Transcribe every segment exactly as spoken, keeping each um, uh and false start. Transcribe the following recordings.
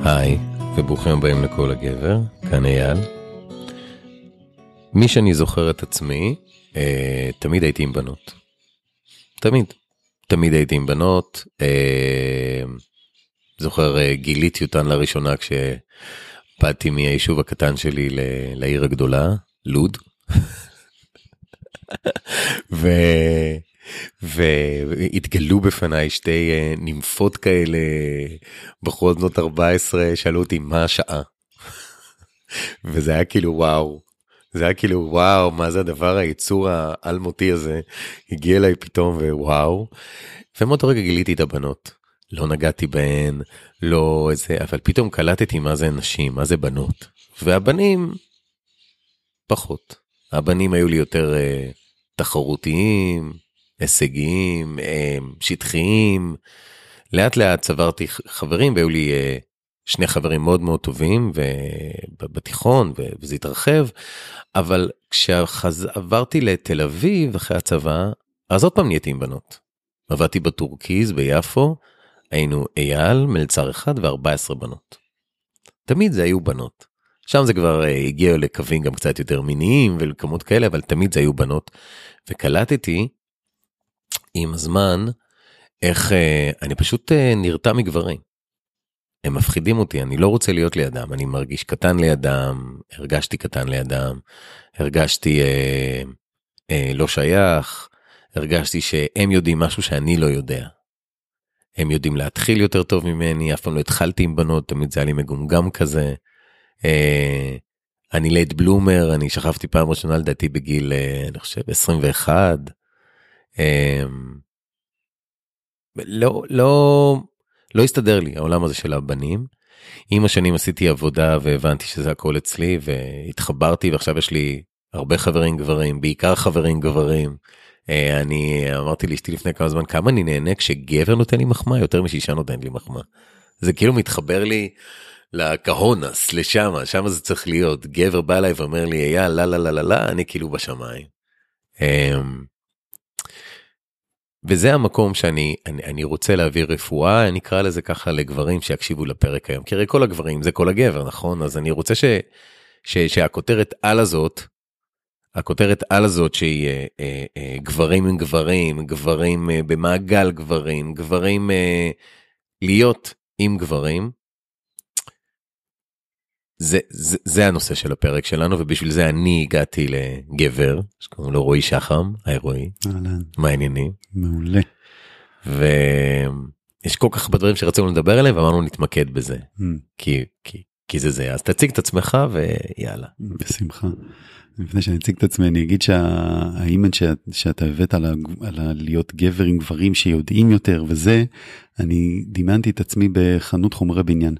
היי, וברוכים הבאים לכל הגבר, כאן אייל. מי שאני זוכר את עצמי, אה, תמיד הייתי עם בנות. תמיד. תמיד הייתי עם בנות. אה, זוכר, אה, גיליתי אותן לראשונה כשפעתי מהיישוב הקטן שלי ל, לעיר הגדולה, לוד. ו... והתגלו בפניי שתי נימפות כאלה, בחורות בנות ארבע עשרה, שאלו אותי מה השעה. וזה היה כאילו וואו, זה היה כאילו וואו, מה זה הדבר, היצור האלמותי הזה, הגיע אליי פתאום ווואו, ומאותו רגע גיליתי את הבנות, לא נגעתי בהן, לא איזה, אבל פתאום קלטתי מה זה נשים, מה זה בנות, והבנים פחות, הבנים היו לי יותר uh, תחרותיים, הישגיים, שטחיים, לאט לאט צברתי חברים, והיו לי שני חברים מאוד מאוד טובים, בתיכון, וזה התרחב, אבל כשעברתי לתל אביב אחרי הצבא, אז עוד פעם נהייתי עם בנות. עבדתי בטורקיז ביפו, היינו אייל, מלצר אחד ו-ארבע עשרה בנות. תמיד זה היו בנות. שם זה כבר הגיע לקווים גם קצת יותר מיניים ולכמות כאלה, אבל תמיד זה היו בנות. וקלטתי עם הזמן, איך אני פשוט נרתע מגברים. הם מפחידים אותי, אני לא רוצה להיות לידם, אני מרגיש קטן לידם, הרגשתי קטן לידם, הרגשתי אה, אה, לא שייך, הרגשתי שהם יודעים משהו שאני לא יודע. הם יודעים להתחיל יותר טוב ממני, אף פעם לא התחלתי עם בנות, תמיד זה היה לי מגומגם כזה. אה, אני לייט בלומר, אני שכבתי פעם ראשונה לדעתי בגיל, אה, אני חושב, עשרים ואחת, לא, לא, לא הסתדר לי העולם הזה של הבנים. עם השנים עשיתי עבודה והבנתי שזה הכל אצלי, והתחברתי, ועכשיו יש לי הרבה חברים גברים, בעיקר חברים גברים. אני אמרתי לאשתי לפני כמה זמן, כמה אני נהנה כשגבר נותן לי מחמאה, יותר משישה נותן לי מחמאה. זה כאילו מתחבר לי לקהונס, לשם, שם זה צריך להיות. גבר בא אליי ואומר לי, אייל, לא, לא, לא, לא, לא, אני כאילו בשמיים. וזה המקום שאני אני, אני רוצה להעביר רפואה, אני אקרא לזה ככה לגברים שיקשיבו לפרק היום, כי הרי כל הגברים זה כל הגבר, נכון? אז אני רוצה ש, ש, שהכותרת על הזאת, הכותרת על הזאת שהיא אה, אה, אה, גברים עם גברים, גברים אה, במעגל גברים, גברים אה, להיות עם גברים, זה, זה, זה הנושא של הפרק שלנו, ובשביל זה אני הגעתי לגבר, שקוראים לו רועי שחם, היי רועי. אהלן. מה העניינים? מעולה. ויש כל כך הרבה דברים שרצינו לדבר עליהם, ואמרנו נתמקד בזה, Mm. כי, כי, כי זה זה. אז תציג את עצמך ויאללה. בשמחה. לפני שאני אציג את עצמי, אני אגיד שהאימד שאת, שאתה הבאת על, ה, על ה, להיות גבר עם גברים שיודעים יותר וזה, אני דימנתי את עצמי בחנות חומרי בניין.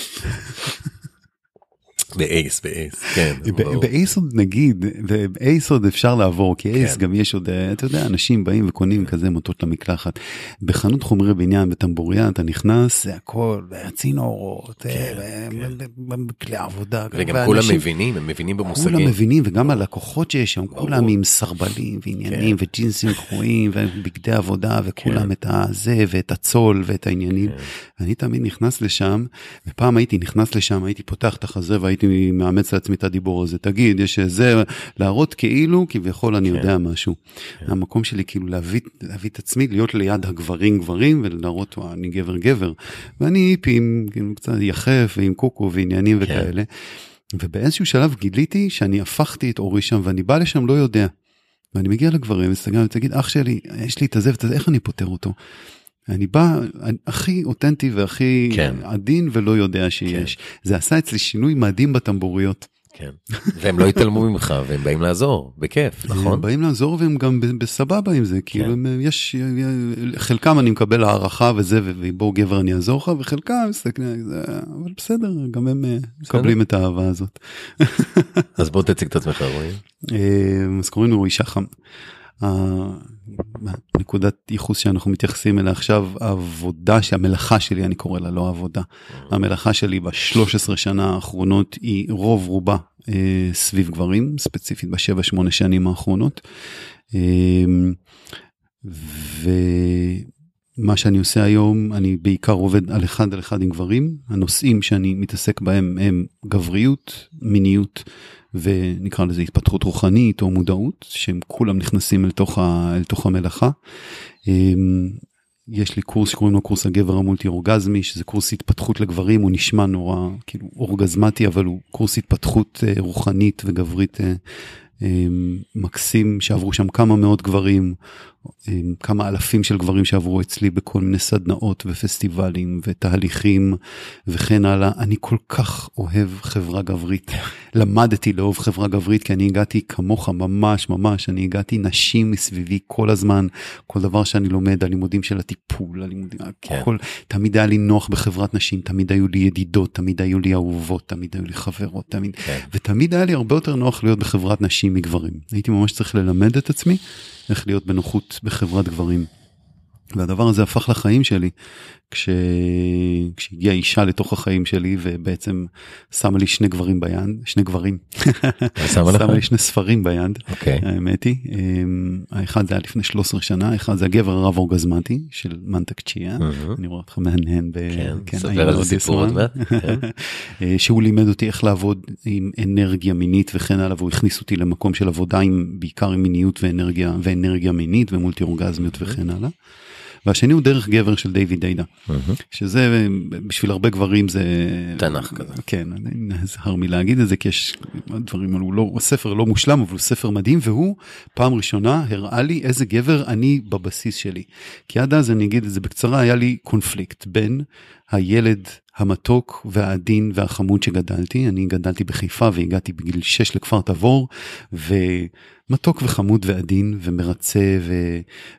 באייס, באייס, כן. באייס עוד נגיד, באייס עוד אפשר לעבור, כי אייס גם יש עוד, אתה יודע, אנשים באים וקונים כזה מוטות למקלחת. בחנות חומרי בניין, בטמבוריה, אתה נכנס, זה הכל, צינורות, כלי עבודה. וגם כולם מבינים, הם מבינים במושגים. כולם מבינים, וגם הלקוחות שיש שם, כולם עם סרבלים ועניינים, וג'ינסים קרועים, ובגדי עבודה, וכולם את הזה, ואת הצול, ואת העניינים. אני תמיד נכנס לשם, ופעם הייתי נכנס לשם, הייתי פותח את החזה, והייתי מאמץ לעצמי את הדיבור הזה, תגיד, יש זה, להראות כאילו, כביכול אני יודע משהו. המקום שלי כאילו להביא, להביא את עצמי, להיות ליד הגברים גברים, ולהראות, אני גבר גבר, ואני היפי עם קצת יחף, ועם קוקו, ועניינים וכאלה, ובאיזשהו שלב גיליתי, שאני הפכתי את אורי שם, ואני בא לשם לא יודע, ואני מגיע לגברים, וסתגל, ותגיד, אח שלי, יש לי את הזה, ואת הזה, איך אני פותר אותו? אני בא הכי אותנטי והכי כן. עדין ולא יודע שיש. כן. זה עשה אצלי שינוי מדהים בטמבוריות. כן. והם לא יתעלמו ממך, והם באים לעזור, בכיף, נכון? הם באים לעזור והם גם בסבבה עם זה, כאילו כן. הם, יש, חלקם אני מקבל הערכה וזה, ובואו גבר אני אעזור לך, וחלקם, אבל בסדר, גם הם מקבלים את האהבה הזאת. אז בוא תציג את עצמך, רועי. אז קוראים לו רועי שחם. נקודת ייחוס שאנחנו מתייחסים אליה עכשיו, העבודה שהמלאכה שלי, אני קורא לה, לא העבודה. המלאכה שלי ב-שלוש עשרה שנה האחרונות היא רוב רובה אה, סביב גברים, ספציפית בשבע שמונה שנים האחרונות. אה, מה שאני עושה היום, אני בעיקר עובד על אחד על אחד עם גברים. הנושאים שאני מתעסק בהם הם גבריות, מיניות, ונקרא לזה התפתחות רוחנית או מודעות, שהם כולם נכנסים אל תוך, ה, אל תוך המלאכה. יש לי קורס שקוראים לו קורס הגבר המולטי אורגזמי, שזה קורס התפתחות לגברים, הוא נשמע נורא כאילו אורגזמטי, אבל הוא קורס התפתחות רוחנית וגברית מקסים, שעברו שם כמה מאות גברים, כמה אלפים של גברים שעברו אצלי בכל מיני סדנאות ופסטיבלים ותהליכים וכן הלאה. אני כל כך אוהב חברה גברית. למדתי לאהוב חברה גברית, כי אני הגעתי כמוך ממש ממש, אני הגעתי נשים מסביבי כל הזמן, כל דבר שאני לומד, הלימודים של הטיפול, הלימודים, כן. הכל, תמיד היה לי נוח בחברת נשים, תמיד היו לי ידידות, תמיד היו לי אהובות, תמיד היו לי חברות, תמיד, כן. ותמיד היה לי הרבה יותר נוח להיות בחברת נשים מגברים. הייתי ממש צריך ללמד את עצמי, איך להיות בנוחות בחברת גברים. והדבר הזה הפך לחיים שלי, כש... כשהגיעה אישה לתוך החיים שלי, ובעצם שמה לי שני גברים ביד, שני גברים. שמה לי שני ספרים ביד, okay. האמת היא. האחד זה היה לפני שלוש עשרה שנה, האחד זה הגבר הרב אורגזמטי, של מנטק צ'יה, mm-hmm. אני רואה אותך מהנהן, ב... כן, כן ספר על זה סיפור עוד מעט. שהוא לימד אותי איך לעבוד עם אנרגיה מינית וכן הלאה, והוא הכניס אותי למקום של עבודה עם, בעיקר עם מיניות ואנרגיה, ואנרגיה מינית ומולטי אורגזמיות וכן הלאה. והשני הוא דרך גבר של דיוויד דיידה, שזה בשביל הרבה גברים זה... תנ"ך כזה. כן, אני נזהר מלהגיד את זה, כי יש דברים, הוא לא, הספר לא מושלם, אבל הוא ספר מדהים, והוא פעם ראשונה הראה לי איזה גבר אני בבסיס שלי. כי עד אז אני אגיד את זה בקצרה, היה לי קונפליקט בין הילד המתוק והעדין והחמוד שגדלתי. אני גדלתי בחיפה והגעתי בגיל שש לכפר תבור, ומתוק וחמוד ועדין ומרצה, ו...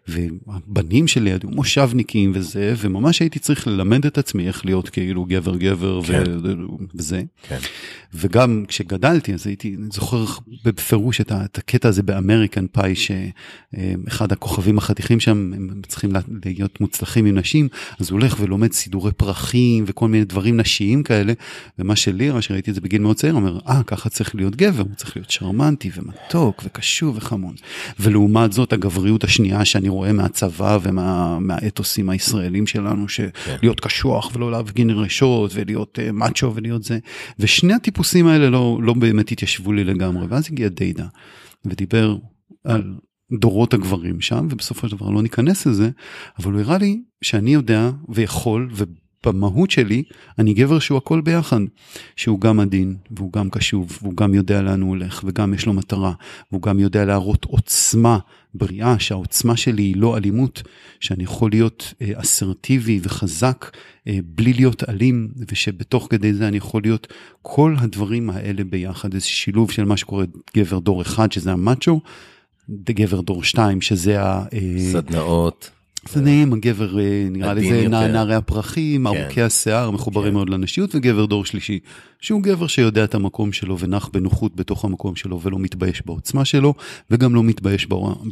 ובנים שלי היו מושבניקים וזה, וממש הייתי צריך ללמד את עצמי איך להיות כאילו גבר גבר כן. ו... וזה. כן. וגם כשגדלתי, אז הייתי זוכר בפירוש את, ה... את הקטע הזה באמריקן פאי, שאחד הכוכבים החתיכים שם, הם צריכים להיות מוצלחים עם נשים, אז הוא הולך ולומד סידורי פרחים וכל מיני דברים נשיים כאלה, ומה שלי, מה שראיתי את זה בגיל מאוד צעיר, אומר, אה, ככה צריך להיות גבר, הוא צריך להיות שרמנטי ומתוק וקשוב וחמון. ולעומת זאת, הגבריות השנייה שאני רואה מהצבא ומהאתוסים הישראלים שלנו, שלהיות קשוח ולא להפגין רשות, ולהיות מאצ'ו ולהיות זה. ושני הטיפוסים האלה לא, לא באמת התיישבו לי לגמרי. ואז הגיע דיידה, ודיבר על דורות הגברים שם, ובסופו של דבר לא ניכנס לזה, אבל הוא הראה לי שאני יודע ויכול, ו במהות שלי, אני גבר שהוא הכל ביחד, שהוא גם עדין, והוא גם קשוב, והוא גם יודע לאן הוא הולך, וגם יש לו מטרה, והוא גם יודע להראות עוצמה בריאה, שהעוצמה שלי היא לא אלימות, שאני יכול להיות אה, אסרטיבי וחזק, אה, בלי להיות אלים, ושבתוך כדי זה אני יכול להיות כל הדברים האלה ביחד, איזה שילוב של מה שקורה גבר דור אחד, שזה המאצ'ו, גבר דור שתיים, שזה ה... אה, סדנאות. זה נעים, הגבר נראה לזה נערי הפרחים, ארוכי השיער, מחוברים מאוד לנשיות, וגבר דור שלישי, שהוא גבר שיודע את המקום שלו ונח בנוחות בתוך המקום שלו, ולא מתבייש בעוצמה שלו, וגם לא מתבייש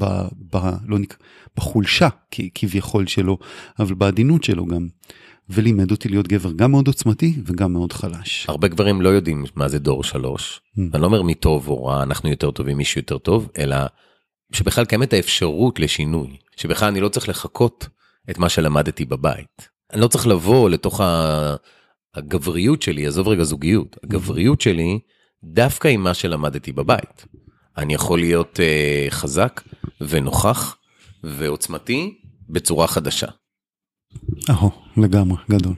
בחולשה כביכול שלו, אבל בעדינות שלו גם. ולימד אותי להיות גבר גם מאוד עוצמתי וגם מאוד חלש. הרבה גברים לא יודעים מה זה דור שלוש. אני לא אומר מי טוב או רע, אנחנו יותר טובים, מישהו יותר טוב, אלא שבכלל קיימת האפשרות לשינוי. שבכלל אני לא צריך לחכות את מה שלמדתי בבית. אני לא צריך לבוא לתוך הגבריות שלי, עזוב רגע זוגיות, הגבריות שלי דווקא עם מה שלמדתי בבית. אני יכול להיות uh, חזק ונוכח ועוצמתי בצורה חדשה. אהו, לגמרי, גדול.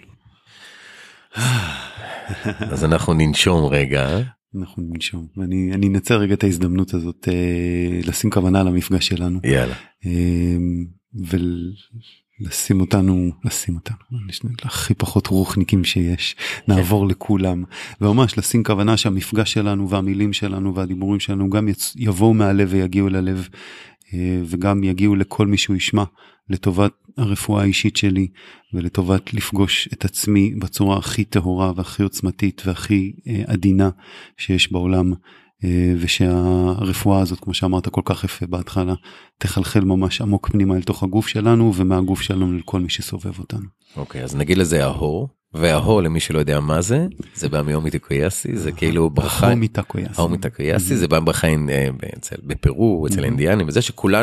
אז אנחנו ננשום רגע. אנחנו ננשום, ואני אני אנצל רגע את ההזדמנות הזאת, אה, לשים כוונה למפגש שלנו. יאללה. אה, ולשים אותנו, לשים אותנו, הכי פחות רוחניקים שיש, נעבור לכולם, וממש לשים כוונה שהמפגש שלנו והמילים שלנו והדיבורים שלנו גם יבואו מהלב ויגיעו ללב, אה, וגם יגיעו לכל מי שהוא ישמע, לטובת הרפואה האישית שלי, ולטובת לפגוש את עצמי בצורה הכי טהורה והכי עוצמתית והכי אה, עדינה שיש בעולם, אה, ושהרפואה הזאת, כמו שאמרת כל כך יפה בהתחלה, תחלחל ממש עמוק פנימה אל תוך הגוף שלנו, ומהגוף שלנו לכל מי שסובב אותנו. אוקיי, אז נגיד לזה ההור, וההור למי שלא יודע מה זה, זה בא מהומי טקויאסי, זה כאילו ברכה... ההומי טקויאסי. ההומי טקויאסי, זה בא ברכה בפרו, אצל האינדיאנים, וזה שכולנו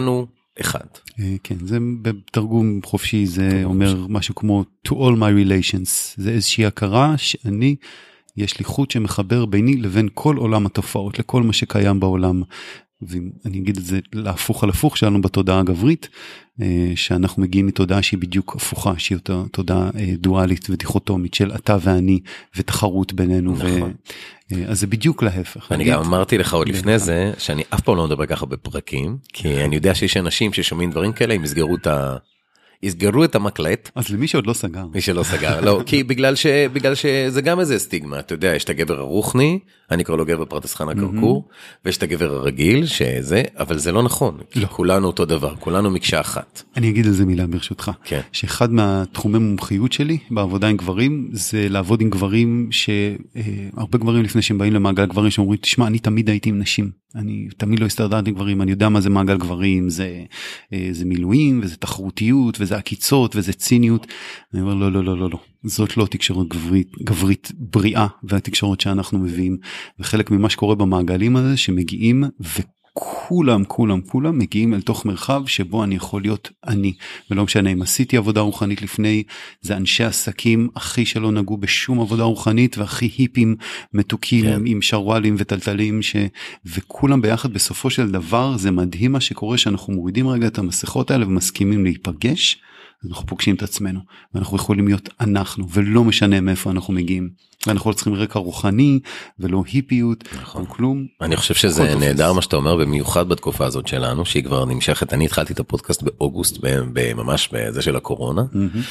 אחד. כן, זה בתרגום חופשי, זה אומר משהו כמו to all my relations, זה איזושהי הכרה שאני, יש לי חוט שמחבר ביני לבין כל עולם התופעות, לכל מה שקיים בעולם, ואני אגיד את זה להפוך על הפוך שלנו בתודעה הגברית, שאנחנו מגיעים מתודעה שהיא בדיוק הפוכה, שהיא אותה תודעה דואלית ודיכוטומית של אתה ואני, ותחרות בינינו, נכון. ו... אז זה בדיוק להפך. אני גם אמרתי לך עוד לפני זה, שאני אף פעם לא מדבר ככה בפרקים, כי אני יודע שיש אנשים ששומעים דברים כאלה, הם יסגרו את ה... יסגרו את המקלט. אז למי שעוד לא סגר. מי שלא סגר, לא, כי בגלל ש, בגלל שזה גם איזה סטיגמה, אתה יודע, יש את הגבר הרוחני, אני קורא לו גבר פרדס חנה כרכור, ויש את הגבר הרגיל, שזה, אבל זה לא נכון, כי כולנו אותו דבר, כולנו מקשה אחת. אני אגיד על זה מילה ברשותך, כן. שאחד מהתחומי מומחיות שלי, בעבודה עם גברים, זה לעבוד עם גברים, שהרבה גברים לפני שהם באים למעגל גברים, שאומרים, תשמע, אני תמיד הייתי עם נשים, אני תמיד לא הסתדרתי עם גברים, אני יודע מה זה מעגל גברים, זה, זה מילואים, וזה תחרותיות, וזה עקיצות, וזה ציניות. אני אומר, לא, לא, לא, לא, לא. זאת לא תקשורת גברית, גברית בריאה, והתקשורת שאנחנו מביאים. וחלק ממה שקורה במעגלים הזה, שמגיעים, וכולם, כולם, כולם מגיעים אל תוך מרחב, שבו אני יכול להיות אני. ולא משנה אם עשיתי עבודה רוחנית לפני, זה אנשי עסקים הכי שלא נגעו בשום עבודה רוחנית, והכי היפים, מתוקים, כן. עם שרוואלים וטלטלים, ש... וכולם ביחד בסופו של דבר, זה מדהים מה שקורה, שאנחנו מורידים רגע את המסכות האלה, ומסכימים להיפגש, אנחנו פוגשים את עצמנו, ואנחנו יכולים להיות אנחנו, ולא משנה מאיפה אנחנו מגיעים. ואנחנו לא צריכים רקע רוחני, ולא היפיות, נכון. כלום. אני חושב שזה נהדר מה שאתה אומר, במיוחד בתקופה הזאת שלנו, שהיא כבר נמשכת. אני התחלתי את הפודקאסט באוגוסט, ממש בזה של הקורונה,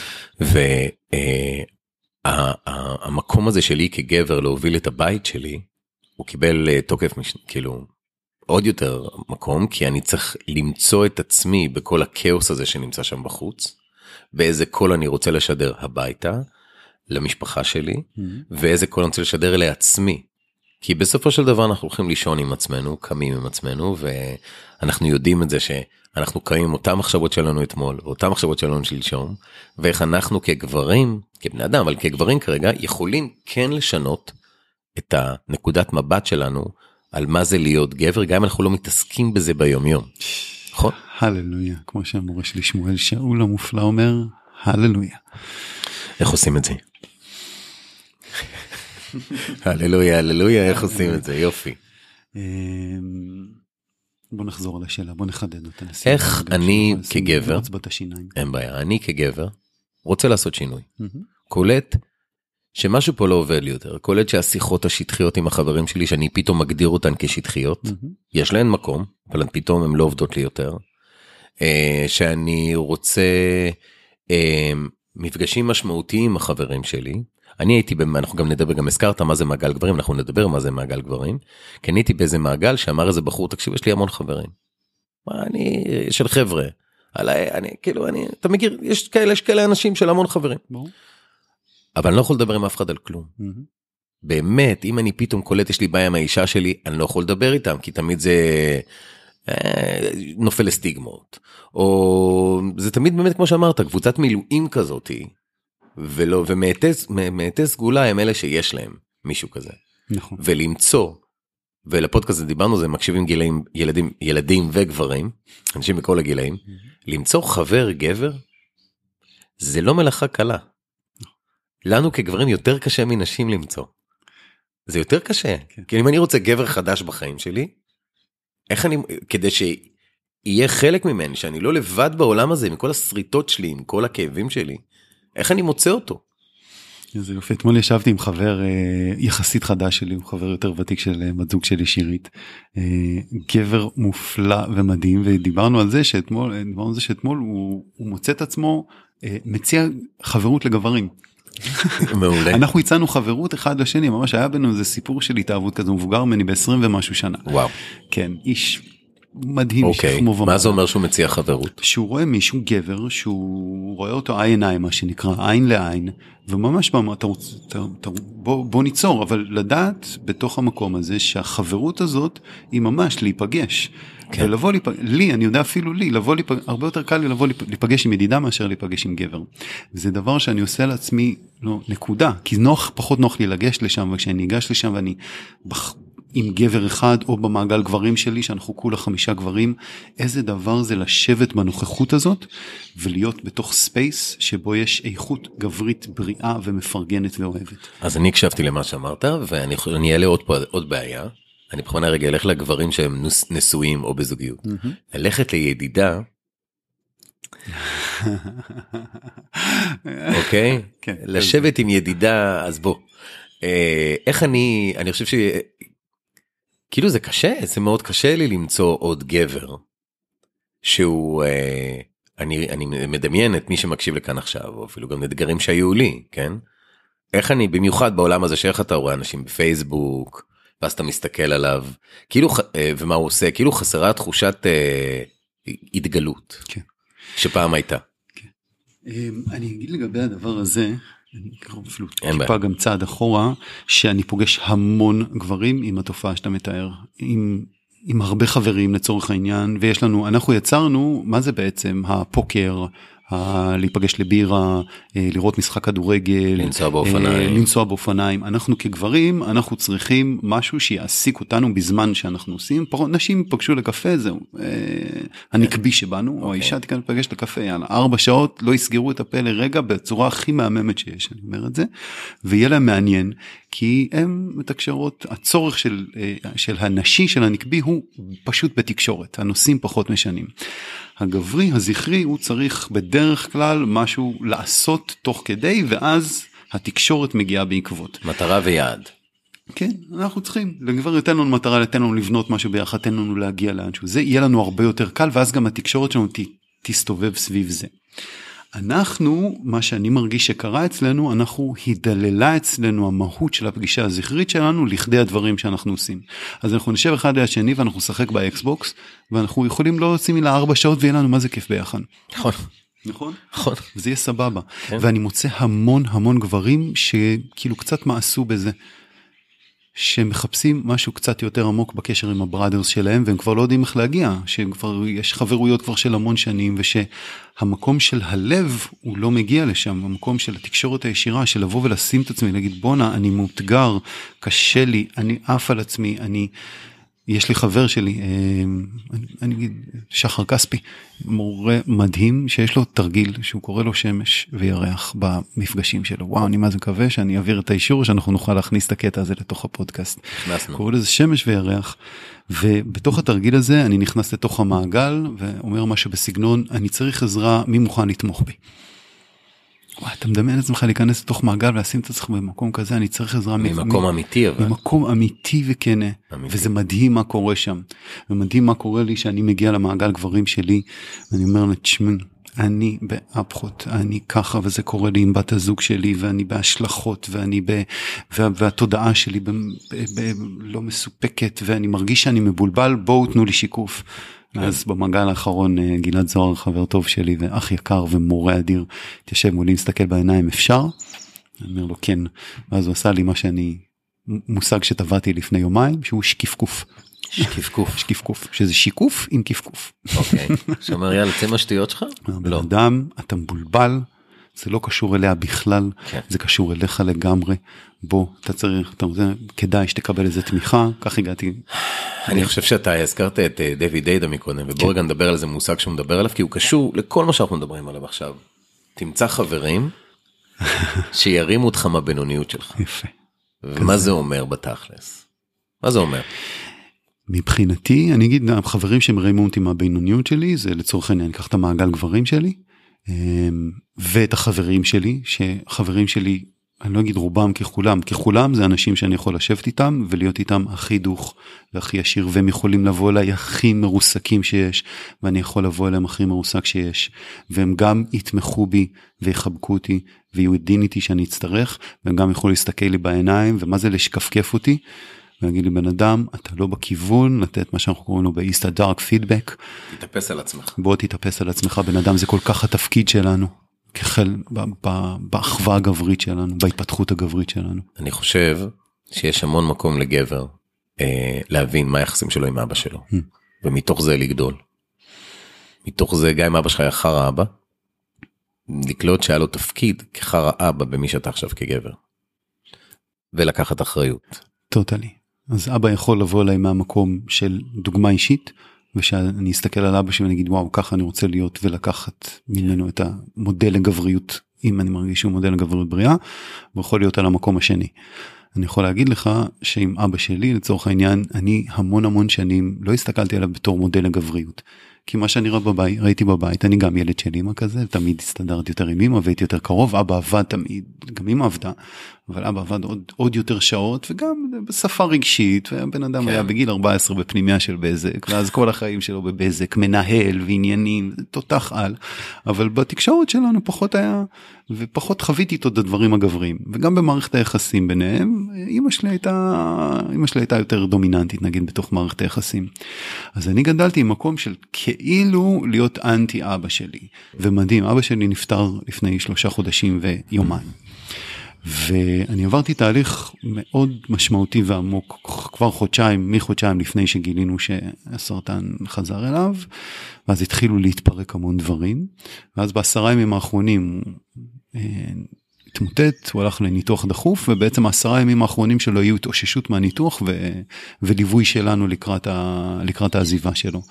והמקום הזה שלי כגבר להוביל את הבית שלי, הוא קיבל תוקף, כאילו, עוד יותר מקום, כי אני צריך למצוא את עצמי בכל הכאוס הזה שנמצא שם בחוץ, ואיזה קול אני רוצה לשדר הביתה, למשפחה שלי, mm-hmm. ואיזה קול אני רוצה לשדר לעצמי. כי בסופו של דבר אנחנו הולכים לישון עם עצמנו, קמים עם עצמנו, ואנחנו יודעים את זה שאנחנו קמים עם אותם מחשבות שלנו אתמול, ואותם מחשבות שלנו שלשום, ואיך אנחנו כגברים, כבני אדם, אבל כגברים כרגע, יכולים כן לשנות את הנקודת מבט שלנו, על מה זה להיות גבר, גם אם אנחנו לא מתעסקים בזה ביום יום. נכון? הללויה, כמו שהמורה שלי שמואל שאול המופלא אומר, הללויה. איך עושים את זה? הללויה, הללויה, איך עושים את זה? יופי. בוא נחזור על השאלה, בוא נחדד אותה. איך אני כגבר, אין בעיה, אני כגבר, רוצה לעשות שינוי. קולט שמשהו פה לא עובד לי יותר, קולט שהשיחות השטחיות עם החברים שלי, שאני פתאום מגדיר אותן כשטחיות, יש להן מקום, אבל פתאום הן לא עובדות לי יותר, שאני רוצה מפגשים משמעותיים עם החברים שלי, אני הייתי, אנחנו גם נדבר, גם הזכרת מה זה מעגל גברים, אנחנו נדבר מה זה מעגל גברים, כי אני הייתי באיזה מעגל שאמר איזה בחור, תקשיב, יש לי המון חברים, אני של חבר'ה, עליי, אני, כאילו, אני, אתה מכיר, יש כאלה, יש כאלה אנשים של המון חברים. אבל אני לא יכול לדבר עם אף אחד על כלום. באמת, אם אני פתאום קולט, יש לי בעיה עם האישה שלי, אני לא יכול לדבר איתם, כי תמיד זה נופל לסטיגמות. או זה תמיד באמת, כמו שאמרת, קבוצת מילואים כזאת, ולא, ומעטי סגולה הם אלה שיש להם מישהו כזה. נכון. ולמצוא, ולפודקאסט הזה דיברנו, זה מקשיבים גילאים, ילדים, ילדים וגברים, אנשים בכל הגילאים, למצוא חבר גבר, זה לא מלאכה קלה. לנו כגברים יותר קשה מנשים למצוא. זה יותר קשה. כן. כי אם אני רוצה גבר חדש בחיים שלי, איך אני, כדי שיהיה חלק ממני, שאני לא לבד בעולם הזה, עם כל הסריטות שלי, עם כל הכאבים שלי, איך אני מוצא אותו? זה יופי, אתמול ישבתי עם חבר יחסית חדש שלי, הוא חבר יותר ותיק של בת זוג שלי שירית, גבר מופלא ומדהים, ודיברנו על זה שאתמול, דיברנו על זה שאתמול הוא, הוא מוצא את עצמו, מציע חברות לגברים. מעולה. אנחנו הצענו חברות אחד לשני, ממש היה בינינו איזה סיפור של התאהבות כזה, מבוגר ממני ב-עשרים ומשהו שנה. וואו. כן, איש מדהים. אוקיי, מה זה אומר שהוא מציע חברות? שהוא רואה מישהו גבר, שהוא רואה אותו עין עין, מה שנקרא, עין לעין, וממש במה, אתה רוצה, בוא, בוא ניצור, אבל לדעת בתוך המקום הזה, שהחברות הזאת היא ממש להיפגש. כן. ולבוא להיפגש, לי, אני יודע אפילו לי, לבוא להיפגש, הרבה יותר קל לי לבוא להיפגש עם ידידה מאשר להיפגש עם גבר. וזה דבר שאני עושה לעצמי, לא, נקודה, כי נוח, פחות נוח לי לגש לשם, וכשאני אגש לשם ואני, בח, עם גבר אחד, או במעגל גברים שלי, שאנחנו כולה חמישה גברים, איזה דבר זה לשבת בנוכחות הזאת, ולהיות בתוך ספייס, שבו יש איכות גברית בריאה ומפרגנת ואוהבת. אז אני הקשבתי למה שאמרת, ואני אעלה עוד, עוד בעיה, אני בכוונה רגע אלך לגברים שהם נשואים או בזוגיות. Mm-hmm. ללכת לידידה, אוקיי? כן, לשבת עם ידידה, אז בוא. איך אני, אני חושב ש... כאילו זה קשה, זה מאוד קשה לי למצוא עוד גבר, שהוא, אני, אני מדמיין את מי שמקשיב לכאן עכשיו, או אפילו גם אתגרים שהיו לי, כן? איך אני, במיוחד בעולם הזה, שאיך אתה רואה אנשים בפייסבוק, ואז אתה מסתכל עליו, כאילו, ומה הוא עושה, כאילו חסרה תחושת התגלות, כן. שפעם הייתה. כן. אני אגיד לגבי הדבר הזה, אני אפילו טיפה גם צעד אחורה, שאני פוגש המון גברים עם התופעה שאתה מתאר, עם, עם הרבה חברים לצורך העניין, ויש לנו, אנחנו יצרנו, מה זה בעצם הפוקר, ה- להיפגש לבירה, לראות משחק כדורגל, לנסוע באופניים. לנסוע באופניים. אנחנו כגברים, אנחנו צריכים משהו שיעסיק אותנו בזמן שאנחנו עושים, פחות נשים פגשו לקפה, זהו, הנקבי שבנו, או האישה תיכן לפגש לקפה, יאללה, ארבע שעות, לא יסגרו את הפה לרגע, בצורה הכי מהממת שיש, אני אומר את זה, ויהיה להם מעניין, כי הם מתקשרות, הצורך של, של הנשי, של הנקבי, הוא פשוט בתקשורת, הנושאים פחות משנים. הגברי, הזכרי, הוא צריך בדרך כלל משהו לעשות תוך כדי, ואז התקשורת מגיעה בעקבות. מטרה ויעד. כן, אנחנו צריכים, לגבר ייתן לנו מטרה, ייתן לנו לבנות משהו ביחד, תן לנו להגיע לאנשהו. זה יהיה לנו הרבה יותר קל, ואז גם התקשורת שלנו ת, תסתובב סביב זה. אנחנו, מה שאני מרגיש שקרה אצלנו, אנחנו הידללה אצלנו המהות של הפגישה הזכרית שלנו, לכדי הדברים שאנחנו עושים. אז אנחנו נשב אחד ליד שני, ואנחנו נשחק באקסבוקס, ואנחנו יכולים לא עושים מילה ארבע שעות, ויהיה לנו מה זה כיף ביחד. נכון. נכון? נכון. וזה יהיה סבבה. כן. ואני מוצא המון המון גברים, שכאילו קצת מעשו בזה. שמחפשים משהו קצת יותר עמוק בקשר עם הבראדרס שלהם, והם כבר לא יודעים איך להגיע, שכבר יש חברויות כבר של המון שנים, ושהמקום של הלב הוא לא מגיע לשם, המקום של התקשורת הישירה, של לבוא ולשים את עצמי, להגיד בונה, אני מאותגר, קשה לי, אני עף על עצמי, אני, יש לי חבר שלי, אני, אני אגיד, שחר כספי, מורה מדהים, שיש לו תרגיל, שהוא קורא לו שמש וירח במפגשים שלו. וואו, אני מה זה מקווה שאני אעביר את האישור, שאנחנו נוכל להכניס את הקטע הזה לתוך הפודקאסט. קורא לזה שמש וירח, ובתוך התרגיל הזה אני נכנס לתוך המעגל, ואומר משהו בסגנון, אני צריך עזרה, מי מוכן לתמוך בי? וואי, אתה מדמיין את עצמך להיכנס לתוך מעגל ולשים את עצמך במקום כזה, אני צריך עזרה ממקום אמיתי, אבל. ממקום אמיתי וכנה, וזה מדהים מה קורה שם, ומדהים מה קורה לי שאני מגיע למעגל גברים שלי, ואני אומר לתשמע, אני באפחות, אני ככה, וזה קורה לי עם בת הזוג שלי, ואני בהשלכות, ואני ב... והתודעה שלי ב... ב... ב... לא מסופקת, ואני מרגיש שאני מבולבל, בואו תנו לי שיקוף. אז במעגל האחרון גלעד זוהר, חבר טוב שלי ואח יקר ומורה אדיר, תשב מולי, מסתכל בעיניים, אפשר? אני אומר לו כן, ואז הוא עשה לי מה שאני, מושג שטבעתי לפני יומיים, שהוא שקיפקוף. שקיפקוף. שקיפקוף, שזה שיקוף עם כיפקוף. אוקיי, שאומר יאללה, צא מהשטויות שלך? לא. אדם, אתה מבולבל, זה לא קשור אליה בכלל, כן. זה קשור אליך לגמרי, בוא, אתה צריך, אתה רוצה, כדאי שתקבל איזה תמיכה, כך הגעתי. אני חושב שאתה הזכרת את דויד דיידה מקודם, ובוא רגע נדבר על איזה מושג שהוא מדבר עליו, כי הוא קשור לכל מה שאנחנו מדברים עליו עכשיו. תמצא חברים שירימו אותך מהבינוניות שלך. יפה. ומה זה אומר בתכלס? מה זה אומר? מבחינתי, אני אגיד, החברים שמרימו אותי מהבינוניות שלי, זה לצורך העניין, אני אקח את המעגל גברים שלי, ואת החברים שלי, שחברים שלי, אני לא אגיד רובם ככולם, ככולם זה אנשים שאני יכול לשבת איתם, ולהיות איתם הכי דוך והכי ישיר, והם יכולים לבוא אליי הכי מרוסקים שיש, ואני יכול לבוא אליהם הכי מרוסק שיש, והם גם יתמכו בי, ויחבקו אותי, ויהיו דין איתי שאני אצטרך, והם גם יכולו להסתכל לי בעיניים, ומה זה לשקפקף אותי, ולהגיד לי בן אדם, אתה לא בכיוון, לתת מה שאנחנו קוראים לו באיסט הדארק פידבק. תתאפס על עצמך. בוא תתאפס על עצמך, בן אדם, זה כל כך התפקיד שלנו. כחל באחווה הגברית שלנו, בהתפתחות הגברית שלנו. אני חושב שיש המון מקום לגבר אה, להבין מה היחסים שלו עם אבא שלו, hmm. ומתוך זה לגדול. מתוך זה גם אם אבא שלך היה חרא אבא, לקלוט שהיה לו תפקיד כחרא אבא במי שאתה עכשיו כגבר. ולקחת אחריות. טוטלי. אז אבא יכול לבוא אליי מהמקום של דוגמה אישית, ושאני אסתכל על אבא שלי ואני אגיד, וואו, ככה אני רוצה להיות, ולקחת ממנו את המודל לגבריות, אם אני מרגיש שהוא מודל לגבריות בריאה, ויכול להיות על המקום השני. אני יכול להגיד לך שעם אבא שלי, לצורך העניין, אני המון המון שנים לא הסתכלתי עליו בתור מודל לגבריות. כי מה שאני ראה בבית, ראיתי בבית, אני גם ילד של אמא כזה, תמיד הסתדרתי יותר עם אמא, והייתי יותר קרוב, אבא עבד תמיד, גם אמא עבדה, אבל אבא עבד עוד, עוד יותר שעות, וגם בשפה רגשית, והבן אדם כן. היה בגיל ארבע עשרה בפנימיה של בזק, ואז כל החיים שלו בבזק, מנהל ועניינים, תותח על, אבל בתקשורת שלנו פחות היה, ופחות חוויתי את הדברים הגבריים, וגם במערכת היחסים ביניהם, אמא שלי הייתה, אמא שלי הייתה יותר דומיננטית, נגיד, בתוך מערכת היחסים. אז אני גדלתי עם מקום של כאילו להיות אנטי אבא שלי, ומדהים, אבא שלי נפטר לפני שלושה חודשים ויומיים. ואני עברתי תהליך מאוד משמעותי ועמוק, כבר חודשיים, מחודשיים לפני שגילינו שהסרטן חזר אליו, ואז התחילו להתפרק המון דברים, ואז בעשרה ימים האחרונים התמוטט, הוא הלך לניתוח דחוף, ובעצם העשרה ימים האחרונים שלו היו התאוששות מהניתוח, ו... וליווי שלנו לקראת, ה... לקראת העזיבה שלו.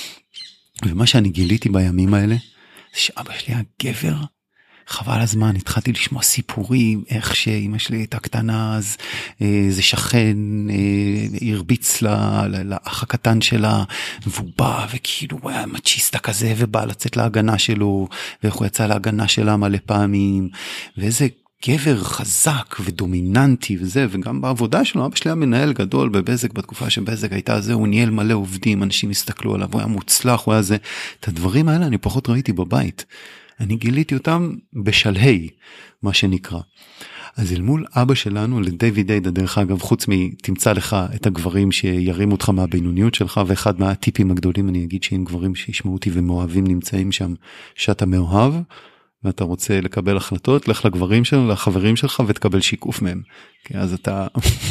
ומה שאני גיליתי בימים האלה, זה שאבא שלי היה גבר, חבל הזמן, התחלתי לשמוע סיפורים, איך שאמא שלי הייתה קטנה, אז אה, זה שכן, אה, הרביץ לה, לאח הקטן שלה, והוא בא, וכאילו הוא היה מצ'יסטה כזה, ובא לצאת להגנה שלו, ואיך הוא יצא להגנה שלה מלא פעמים, ואיזה גבר חזק ודומיננטי וזה, וגם בעבודה שלו, אבא שלי היה מנהל גדול בבזק, בתקופה שבזק הייתה זה, הוא ניהל מלא עובדים, אנשים הסתכלו עליו, הוא היה מוצלח, הוא היה זה, את הדברים האלה אני פחות ראיתי בבית. אני גיליתי אותם בשלהי, מה שנקרא. אז אל מול אבא שלנו, לדיוויד דיידה, דרך אגב, חוץ מתמצא לך את הגברים שירימו אותך מהבינוניות שלך, ואחד מהטיפים הגדולים, אני אגיד שאם גברים שישמעו אותי ומאוהבים נמצאים שם, שאתה מאוהב, ואתה רוצה לקבל החלטות, לך לגברים שלנו, לחברים שלך, ותקבל שיקוף מהם. כי אז אתה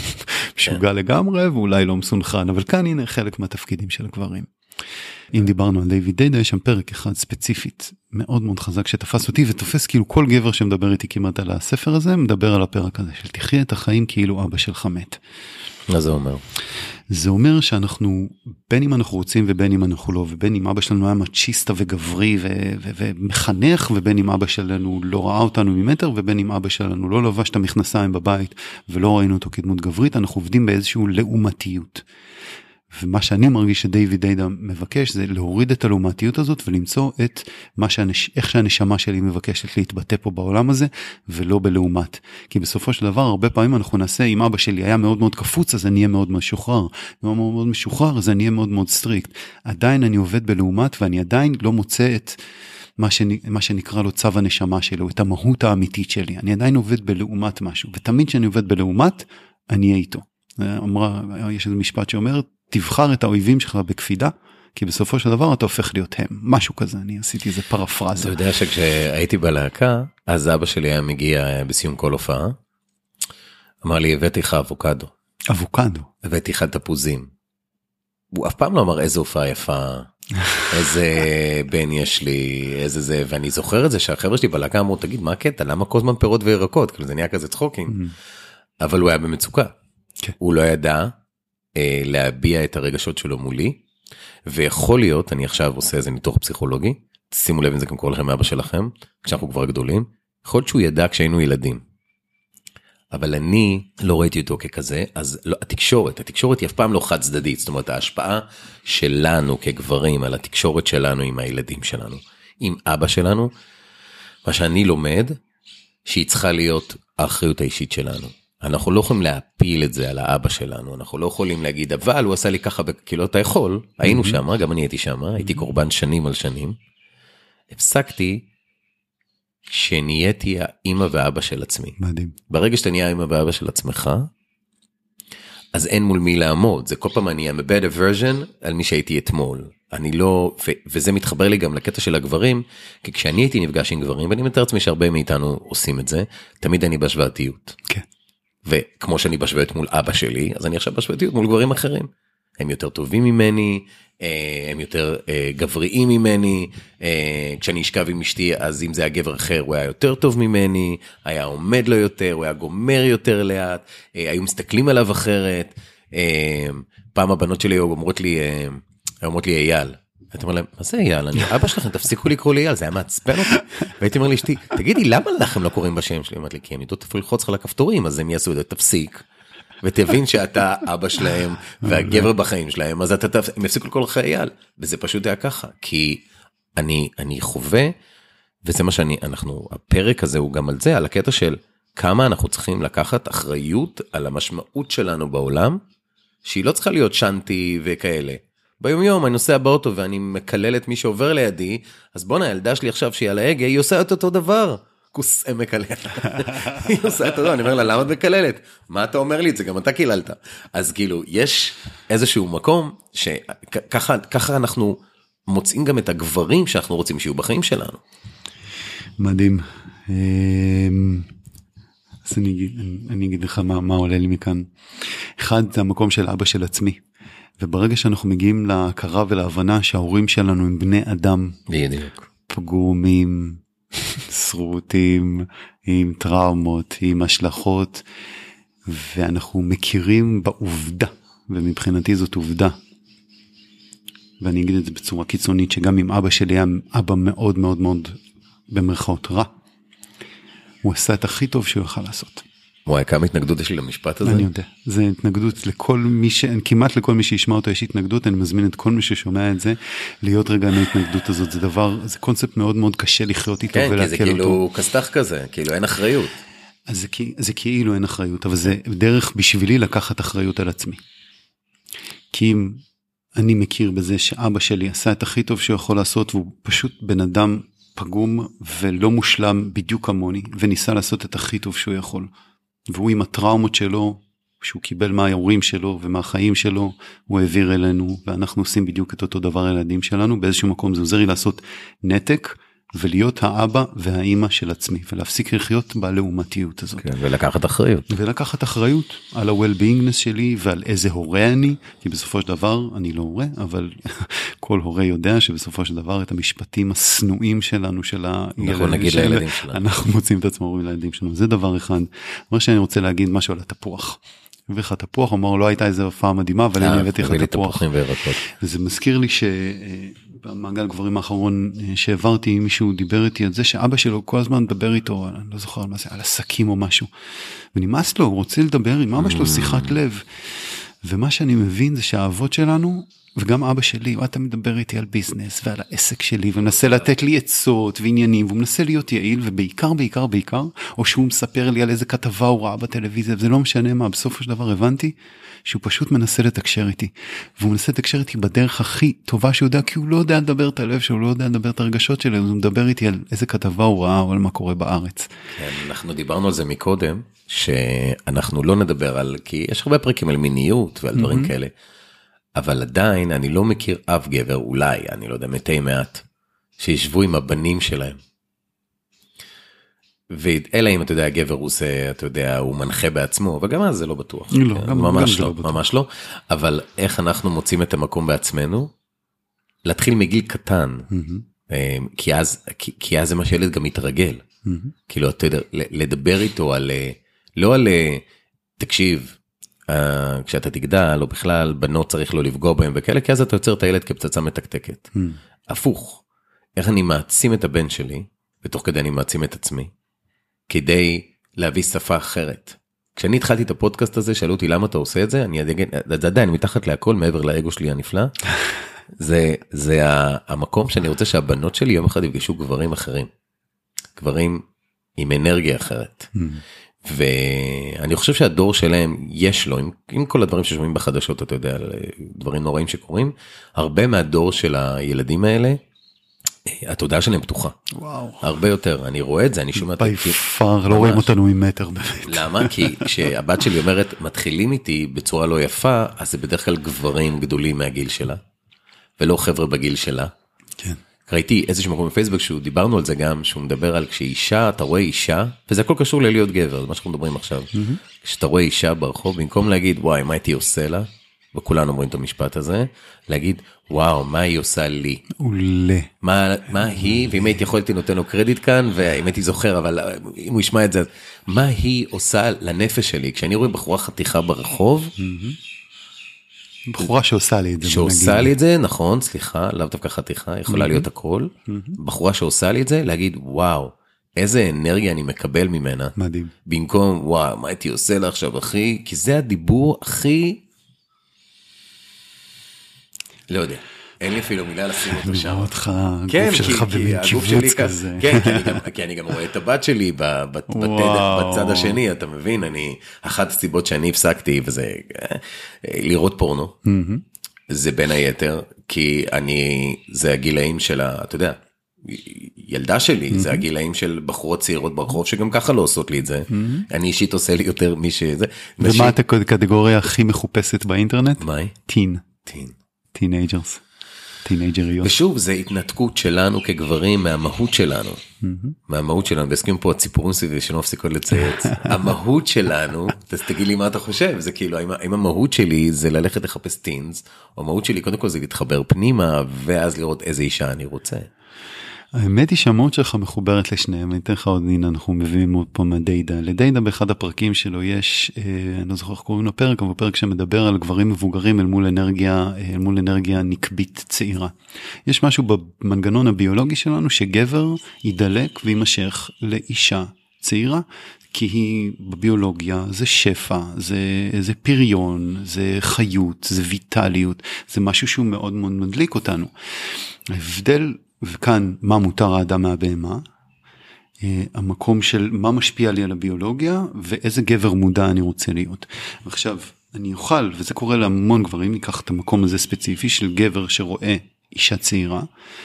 משוגע לגמרי, ואולי לא מסונכרן, אבל כאן הנה חלק מהתפקידים של הגברים. אם דיברנו על דיוויד דיידה, יש שם פרק אחד ספציפית, מאוד מאוד חזק שתפס אותי, ותופס כאילו כל גבר שמדבר איתי כמעט על הספר הזה, מדבר על הפרק הזה, של תחיה את החיים כאילו אבא שלך מת. מה זה אומר? זה אומר שאנחנו, בין אם אנחנו רוצים ובין אם אנחנו לא, ובין אם אבא שלנו היה מצ'יסטה וגברי ו- ו- ומחנך, ובין אם אבא שלנו לא ראה אותנו ממטר, ובין אם אבא שלנו לא לבש את המכנסיים בבית, ולא ראינו אותו כדמות גברית, אנחנו עובדים באיזשהו לעומתיות. ומה שאני מרגיש שדיוויד דיידה מבקש זה להוריד את הלעומתיות הזאת ולמצוא את מה שהנש... איך שהנשמה שלי מבקשת להתבטא פה בעולם הזה ולא בלעומת. כי בסופו של דבר הרבה פעמים אנחנו נעשה, אם אבא שלי היה מאוד מאוד קפוץ אז אני אהיה מאוד משוחרר, אם הוא מאוד מאוד משוחרר אז אני אהיה מאוד מאוד סטריקט. עדיין אני עובד בלעומת ואני עדיין לא מוצא את מה, שנ... מה שנקרא לו צו הנשמה שלו, את המהות האמיתית שלי. אני עדיין עובד בלעומת משהו ותמיד שאני עובד בלעומת אני אהיה איתו. אמרה, יש איזה משפט שאומר תבחר את האויבים שלך בקפידה, כי בסופו של דבר אתה הופך להיות הם. משהו כזה, אני עשיתי איזה פרפרזה. אתה יודע שכשהייתי בלהקה, אז אבא שלי היה מגיע בסיום כל הופעה, אמר לי, הבאתי לך אבוקדו. אבוקדו? הבאתי לך תפוזים. הוא אף פעם לא אמר איזה הופעה יפה, איזה בן יש לי, איזה זה, ואני זוכר את זה שהחבר'ה שלי בלהקה אמרו, תגיד, מה הקטע? למה כל זמן פירות וירקות? כאילו זה נהיה כזה צחוקים. אבל הוא היה במצוקה. הוא לא ידע אה, להביע את הרגשות שלו מולי, ויכול להיות, אני עכשיו עושה איזה ניתוח פסיכולוגי, שימו לב אם זה גם קורה לכם מאבא שלכם, כשאנחנו כבר גדולים, יכול להיות שהוא ידע כשהיינו ילדים, אבל אני לא ראיתי אותו ככזה, אז לא, התקשורת, התקשורת היא אף פעם לא חד צדדית, זאת אומרת ההשפעה שלנו כגברים, על התקשורת שלנו עם הילדים שלנו, עם אבא שלנו, מה שאני לומד, שהיא צריכה להיות האחריות האישית שלנו. אנחנו לא יכולים להפיל את זה על האבא שלנו, אנחנו לא יכולים להגיד, אבל הוא עשה לי ככה, כאילו אתה יכול, היינו שם, גם אני הייתי שם, הייתי קורבן שנים על שנים, הפסקתי שנהייתי האמא והאבא של עצמי. מדהים. ברגע שאתה נהיה האמא והאבא של עצמך, אז אין מול מי לעמוד, זה כל פעם אני am a better version על מי שהייתי אתמול, אני לא, ו- וזה מתחבר לי גם לקטע של הגברים, כי כשאני הייתי נפגש עם גברים, ואני מתאר עצמי שהרבה מאיתנו עושים את זה, תמיד אני בהשוואתיות. כן. וכמו שאני בשוואת מול אבא שלי, אז אני עכשיו בשוואתיות מול גברים אחרים. הם יותר טובים ממני, הם יותר גבריים ממני, כשאני אשכב עם אשתי, אז אם זה הגבר אחר, הוא היה יותר טוב ממני, היה עומד לו יותר, הוא היה גומר יותר לאט, היו מסתכלים עליו אחרת, פעם הבנות שלי אומרות לי, אומרות לי אייל, הייתי אומר להם, מה זה אייל? אני אבא שלכם, תפסיקו לקרוא לי אייל, זה היה מעצבן אותי. והייתי אומר לאשתי, תגידי, למה לכם לא קוראים בשם שלי? אמרתי לי, כי הם יודעות אפילו ללחוץ על הכפתורים, אז הם יעשו את זה, תפסיק, ותבין שאתה אבא שלהם, והגבר בחיים שלהם, אז אתה, הם יפסיקו לקרוא לך אייל. וזה פשוט היה ככה, כי אני, אני חווה, וזה מה שאני, אנחנו, הפרק הזה הוא גם על זה, על הקטע של כמה אנחנו צריכים לקחת אחריות על המשמעות שלנו בעולם, שהיא לא צריכה להיות שנתי וכאלה. ביום יום אני נוסע באוטו ואני מקלל את מי שעובר לידי, אז בוא נה, הילדה שלי עכשיו שהיא על ההגה, היא עושה את אותו דבר. כוס מקלל. היא עושה את אותו, אני אומר לה, למה את מקללת? מה אתה אומר לי את זה? גם אתה קיללת. אז כאילו, יש איזשהו מקום שככה ככה אנחנו מוצאים גם את הגברים שאנחנו רוצים שיהיו בחיים שלנו. מדהים. אז אני אגיד, אני אגיד לך מה, מה עולה לי מכאן. אחד, זה המקום של אבא של עצמי. וברגע שאנחנו מגיעים להכרה ולהבנה שההורים שלנו הם בני אדם. בדיוק. פגומים, שרוטים, עם טראומות, עם השלכות, ואנחנו מכירים בעובדה, ומבחינתי זאת עובדה. ואני אגיד את זה בצורה קיצונית, שגם אם אבא שלי היה אבא מאוד מאוד מאוד במרכאות רע, הוא עשה את הכי טוב שהוא יוכל לעשות. וואי, כמה התנגדות יש לי למשפט הזה? אני יודע, זה התנגדות לכל מי ש... כמעט לכל מי שישמע אותו יש התנגדות, אני מזמין את כל מי ששומע את זה, להיות רגע עם ההתנגדות הזאת, זה דבר, זה קונספט מאוד מאוד קשה לחיות איתו ולהקל אותו. כן, כי זה כאילו כסתח כזה, כאילו אין אחריות. אז זה, זה כאילו אין אחריות, אבל זה דרך בשבילי לקחת אחריות על עצמי. כי אם אני מכיר בזה שאבא שלי עשה את הכי טוב שהוא יכול לעשות, והוא פשוט בן אדם פגום ולא מושלם בדיוק כמוני, וניסה לעשות את הכי טוב שהוא יכול. והוא עם הטראומות שלו, שהוא קיבל מההורים שלו ומהחיים שלו, הוא העביר אלינו, ואנחנו עושים בדיוק את אותו דבר לילדים שלנו, באיזשהו מקום זה עוזר לי לעשות נתק, ולהיות האבא והאימא של עצמי, ולהפסיק לחיות בלעומתיות הזאת. כן, ולקחת אחריות. ולקחת אחריות על ה-well-beingness שלי, ועל איזה הורה אני, כי בסופו של דבר אני לא הורה, אבל כל הורה יודע שבסופו של דבר את המשפטים הסנועים שלנו, של הילדים שלנו, אנחנו מוצאים את עצמו הורים לילדים שלנו. זה דבר אחד. מה שאני רוצה להגיד משהו על התפוח. ואיך התפוח, אמר, לא הייתה איזו הופעה מדהימה, אבל אני הבאתי לך תפוח. וזה מזכיר לי ש... במעגל גברים האחרון שהעברתי, מישהו דיבר איתי על זה שאבא שלו כל הזמן מדבר איתו, אני לא זוכר מה זה, על עסקים או משהו. ונמאס לו, הוא רוצה לדבר עם אבא שלו שיחת לב. ומה שאני מבין זה שהאבות שלנו, וגם אבא שלי, אתה מדבר איתי על ביזנס ועל העסק שלי, ומנסה לתת לי עצות ועניינים, והוא מנסה להיות יעיל, ובעיקר, בעיקר, בעיקר, או שהוא מספר לי על איזה כתבה הוא ראה בטלוויזיה, וזה לא משנה מה, בסופו של דבר הבנתי, שהוא פשוט מנסה לתקשר איתי, והוא מנסה לתקשר איתי בדרך הכי טובה שהוא יודע, כי הוא לא יודע לדבר את הלב שלו, הוא לא יודע לדבר את הרגשות שלו, הוא מדבר איתי על איזה כתבה הוא ראה, או על מה קורה בארץ. כן, אנחנו דיברנו על זה מקודם, שאנחנו לא נדבר על, כי יש הרבה פרקים על מיניות ועל דברים כאלה, אבל עדיין אני לא מכיר אף גבר, אולי, אני לא יודע, מתי מעט, שישבו עם הבנים שלהם. ואלה אם אתה יודע, הגבר הוא עושה, אתה יודע, הוא מנחה בעצמו, וגם אז זה לא בטוח. לא, גם, ממש גם לא, לא ממש לא. אבל איך אנחנו מוצאים את המקום בעצמנו? להתחיל מגיל קטן, mm-hmm. כי, אז, כי, כי אז זה מה שילד גם מתרגל. Mm-hmm. כאילו, אתה יודע, לדבר איתו על, לא על, תקשיב, כשאתה תגדל, או בכלל, בנות צריך לא לפגוע בהם וכאלה, כי אז אתה יוצר את הילד כפצצה מתקתקת. Mm. הפוך, איך אני מעצים את הבן שלי, ותוך כדי אני מעצים את עצמי, כדי להביא שפה אחרת. כשאני התחלתי את הפודקאסט הזה, שאלו אותי למה אתה עושה את זה, אני עדיין מתחת להכל, מעבר לאגו שלי הנפלא, זה, זה המקום שאני רוצה שהבנות שלי יום אחד יפגשו גברים אחרים. גברים עם אנרגיה אחרת. Mm. ואני חושב שהדור שלהם יש לו, עם, עם כל הדברים ששומעים בחדשות, אתה יודע, דברים נוראים שקורים, הרבה מהדור של הילדים האלה, התודעה שלהם פתוחה. וואו. הרבה יותר, אני רואה את זה, אני שומע... ביפר, לא רואים אותנו עם מטר באמת. למה? כי כשהבת שלי אומרת, מתחילים איתי בצורה לא יפה, אז זה בדרך כלל גברים גדולים מהגיל שלה, ולא חבר'ה בגיל שלה. כן. ראיתי איזשהו מקום בפייסבוק שהוא דיברנו על זה גם, שהוא מדבר על כשאישה, אתה רואה אישה, וזה הכל קשור ללהיות גבר, זה מה שאנחנו מדברים עכשיו. Mm-hmm. כשאתה רואה אישה ברחוב, במקום להגיד, וואי, מה הייתי עושה לה? וכולנו אומרים את המשפט הזה, להגיד, וואו, מה היא עושה לי? עולה. מה, מה היא, ואם הייתי יכול, הייתי נותן לו קרדיט כאן, ואם הייתי זוכר, אבל אם הוא ישמע את זה, מה היא עושה לנפש שלי? כשאני רואה בחורה חתיכה ברחוב, mm-hmm. בחורה שעושה לי את זה. שעושה לי את זה, נכון, סליחה, לאו דווקא חתיכה, יכולה להיות הכל. בחורה שעושה לי את זה, להגיד, וואו, איזה אנרגיה אני מקבל ממנה. מדהים. במקום, וואו, מה הייתי עושה לה עכשיו, אחי? כי זה הדיבור הכי... לא יודע. אין לי אפילו מילה לשים אותו שם. אני רואה אותך, הגוף שלך במין קיבוץ כזה. כן, כי אני גם רואה את הבת שלי בצד השני, אתה מבין, אני, אחת הסיבות שאני הפסקתי, וזה לראות פורנו, זה בין היתר, כי אני, זה הגילאים של, אתה יודע, ילדה שלי, זה הגילאים של בחורות צעירות ברחוב, שגם ככה לא עושות לי את זה, אני אישית עושה לי יותר מי שזה. ומה את הקטגוריה הכי מחופשת באינטרנט? מה היא? טין. טין. טינג'רס. טינג'ריות. ושוב, זה התנתקות שלנו כגברים מהמהות שלנו. מהמהות שלנו, והסכים פה הציפורים סביבי שלא מפסיקות לצייץ. המהות שלנו, תגיד לי מה אתה חושב, זה כאילו, אם המהות שלי זה ללכת לחפש טינס, או המהות שלי קודם כל זה להתחבר פנימה, ואז לראות איזה אישה אני רוצה. האמת היא שהמהות שלך מחוברת לשניהם, אני אתן לך עוד הנה, אנחנו מביאים עוד פה מדיידה. לדיידה באחד הפרקים שלו יש, אני לא זוכר איך קוראים לו פרק, אבל פרק שמדבר על גברים מבוגרים אל מול אנרגיה, אל מול אנרגיה נקבית צעירה. יש משהו במנגנון הביולוגי שלנו, שגבר ידלק וימשך לאישה צעירה, כי היא בביולוגיה, זה שפע, זה, זה פריון, זה חיות, זה ויטליות, זה משהו שהוא מאוד מאוד מדליק אותנו. ההבדל וכאן, מה מותר האדם מהבהמה, המקום של מה משפיע לי על הביולוגיה, ואיזה גבר מודע אני רוצה להיות. עכשיו, אני אוכל, וזה קורה להמון גברים, ניקח את המקום הזה ספציפי, של גבר שרואה אישה צעירה,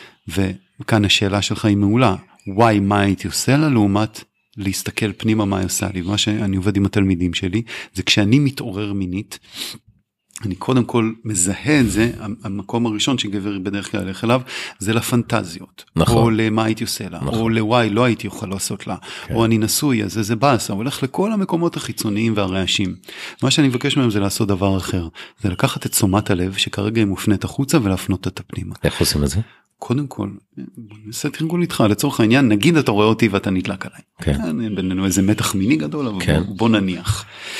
וכאן השאלה שלך היא מעולה, וואי, מה הייתי עושה לה, לעומת להסתכל פנימה מה היא עושה לי, ומה שאני עובד עם התלמידים שלי, זה כשאני מתעורר מינית, אני קודם כל מזהה את זה, המקום הראשון שגבר בדרך כלל הלך אליו, זה לפנטזיות. נכון. או למה הייתי עושה לה, נכון. או לוואי לא הייתי יכול לעשות לה, כן. או אני נשוי, אז זה באס, הוא הולך לכל המקומות החיצוניים והרעשים. מה שאני מבקש מהם זה לעשות דבר אחר, זה לקחת את תשומת הלב, שכרגע היא מופנית החוצה, ולהפנות את הפנימה. איך עושים את זה? קודם כל, נעשה תרגול איתך, לצורך העניין, נגיד אתה רואה אותי ואתה נתלק עליי. כן. בינינו איזה מתח מיני גדול, אבל כן. בוא נניח.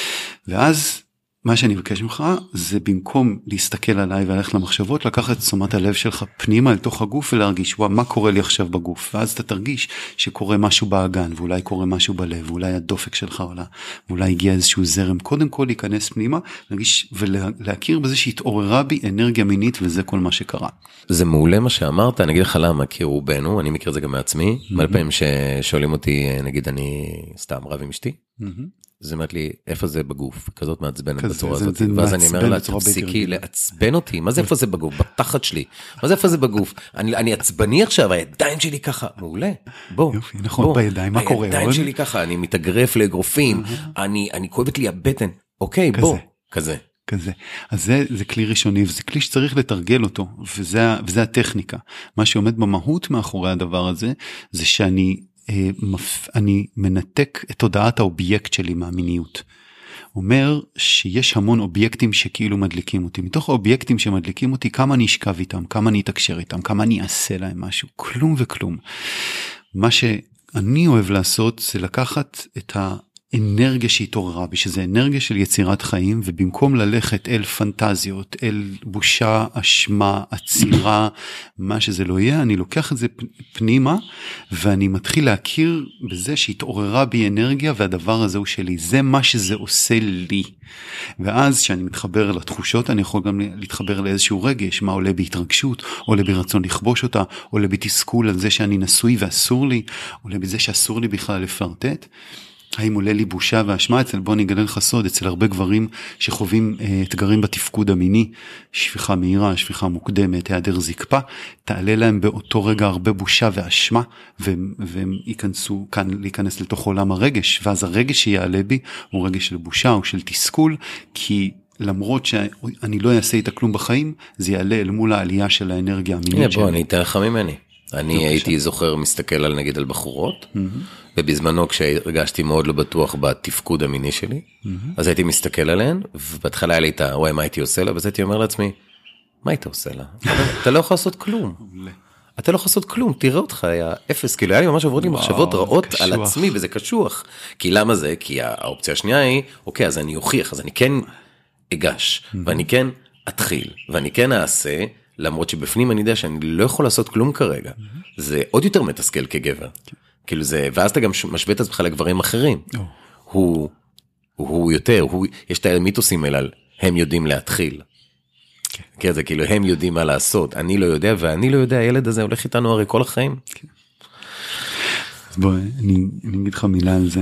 ואז, מה שאני מבקש ממך, זה במקום להסתכל עליי וללכת למחשבות, לקחת את תשומת הלב שלך פנימה אל תוך הגוף ולהרגיש, וואו, מה קורה לי עכשיו בגוף? ואז אתה תרגיש שקורה משהו באגן, ואולי קורה משהו בלב, ואולי הדופק שלך עולה, ואולי הגיע איזשהו זרם. קודם כל להיכנס פנימה, להרגיש ולהכיר בזה שהתעוררה בי אנרגיה מינית, וזה כל מה שקרה. זה מעולה מה שאמרת, אני אגיד לך למה, כי רובנו, אני מכיר את זה גם מעצמי, מלא פעמים ששואלים אותי, נגיד אני סתם רב עם אשתי, זה אומרת לי, איפה זה בגוף? כזאת מעצבנת בצורה הזאת. ואז אני אומר לה, תפסיקי לעצבן אותי. מה זה איפה זה בגוף? בתחת שלי. מה זה איפה זה בגוף? אני עצבני עכשיו, הידיים שלי ככה. מעולה. בוא. יופי, נכון, בידיים, מה קורה? הידיים שלי ככה, אני מתאגרף לאגרופים, אני כואבת לי הבטן. אוקיי, בוא. כזה. כזה. אז זה, זה כלי ראשוני, וזה כלי שצריך לתרגל אותו, וזה, וזה הטכניקה. מה שעומד במהות מאחורי הדבר הזה, זה שאני אני מנתק את תודעת האובייקט שלי מהמיניות. אומר שיש המון אובייקטים שכאילו מדליקים אותי. מתוך האובייקטים שמדליקים אותי, כמה אני אשכב איתם, כמה אני אתקשר איתם, כמה אני אעשה להם משהו. כלום וכלום. מה שאני אוהב לעשות זה לקחת את האנרגיה שהתעוררה בי, שזה אנרגיה של יצירת חיים, ובמקום ללכת אל פנטזיות, אל בושה, אשמה, עצירה, מה שזה לא יהיה, אני לוקח את זה פנימה, ואני מתחיל להכיר בזה שהתעוררה בי אנרגיה, והדבר הזה הוא שלי. זה מה שזה עושה לי. ואז כשאני מתחבר לתחושות, אני יכול גם להתחבר לאיזשהו רגש, מה עולה בהתרגשות, עולה ברצון לכבוש אותה, עולה בתסכול על זה שאני נשוי ואסור לי, עולה בזה שאסור לי בכלל לפרטט. האם עולה לי בושה ואשמה? אצל, בוא נגלה לך סוד, אצל הרבה גברים שחווים אה, אתגרים בתפקוד המיני, שפיכה מהירה, שפיכה מוקדמת, היעדר זקפה, תעלה להם באותו רגע הרבה בושה ואשמה, והם, והם ייכנסו כאן להיכנס לתוך עולם הרגש, ואז הרגש שיעלה בי הוא רגש של בושה או של תסכול, כי למרות שאני לא אעשה איתה כלום בחיים, זה יעלה אל מול העלייה של האנרגיה המינית. הנה בוא, אני אתן לך ממני. אני הייתי זוכר מסתכל על נגיד על בחורות, ובזמנו כשהרגשתי מאוד לא בטוח בתפקוד המיני שלי, אז הייתי מסתכל עליהן, ובהתחלה היה לי את ה, וואי, מה הייתי עושה לה? ואז הייתי אומר לעצמי, מה היית עושה לה? אתה לא יכול לעשות כלום. אתה לא יכול לעשות כלום, תראה אותך, היה אפס, כאילו היה לי ממש עוברות לי מחשבות רעות על עצמי, וזה קשוח. כי למה זה? כי האופציה השנייה היא, אוקיי, אז אני אוכיח, אז אני כן אגש, ואני כן אתחיל, ואני כן אעשה, למרות שבפנים אני יודע שאני לא יכול לעשות כלום כרגע. זה עוד יותר מתסכל כגבר. כאילו זה, ואז אתה גם משווה את עצמך לגברים אחרים. הוא, הוא יותר, הוא, יש את המיתוסים האלה, הם יודעים להתחיל. כן, זה כאילו, הם יודעים מה לעשות, אני לא יודע, ואני לא יודע, הילד הזה הולך איתנו הרי כל החיים. אז בוא, אני, אני אגיד לך מילה על זה.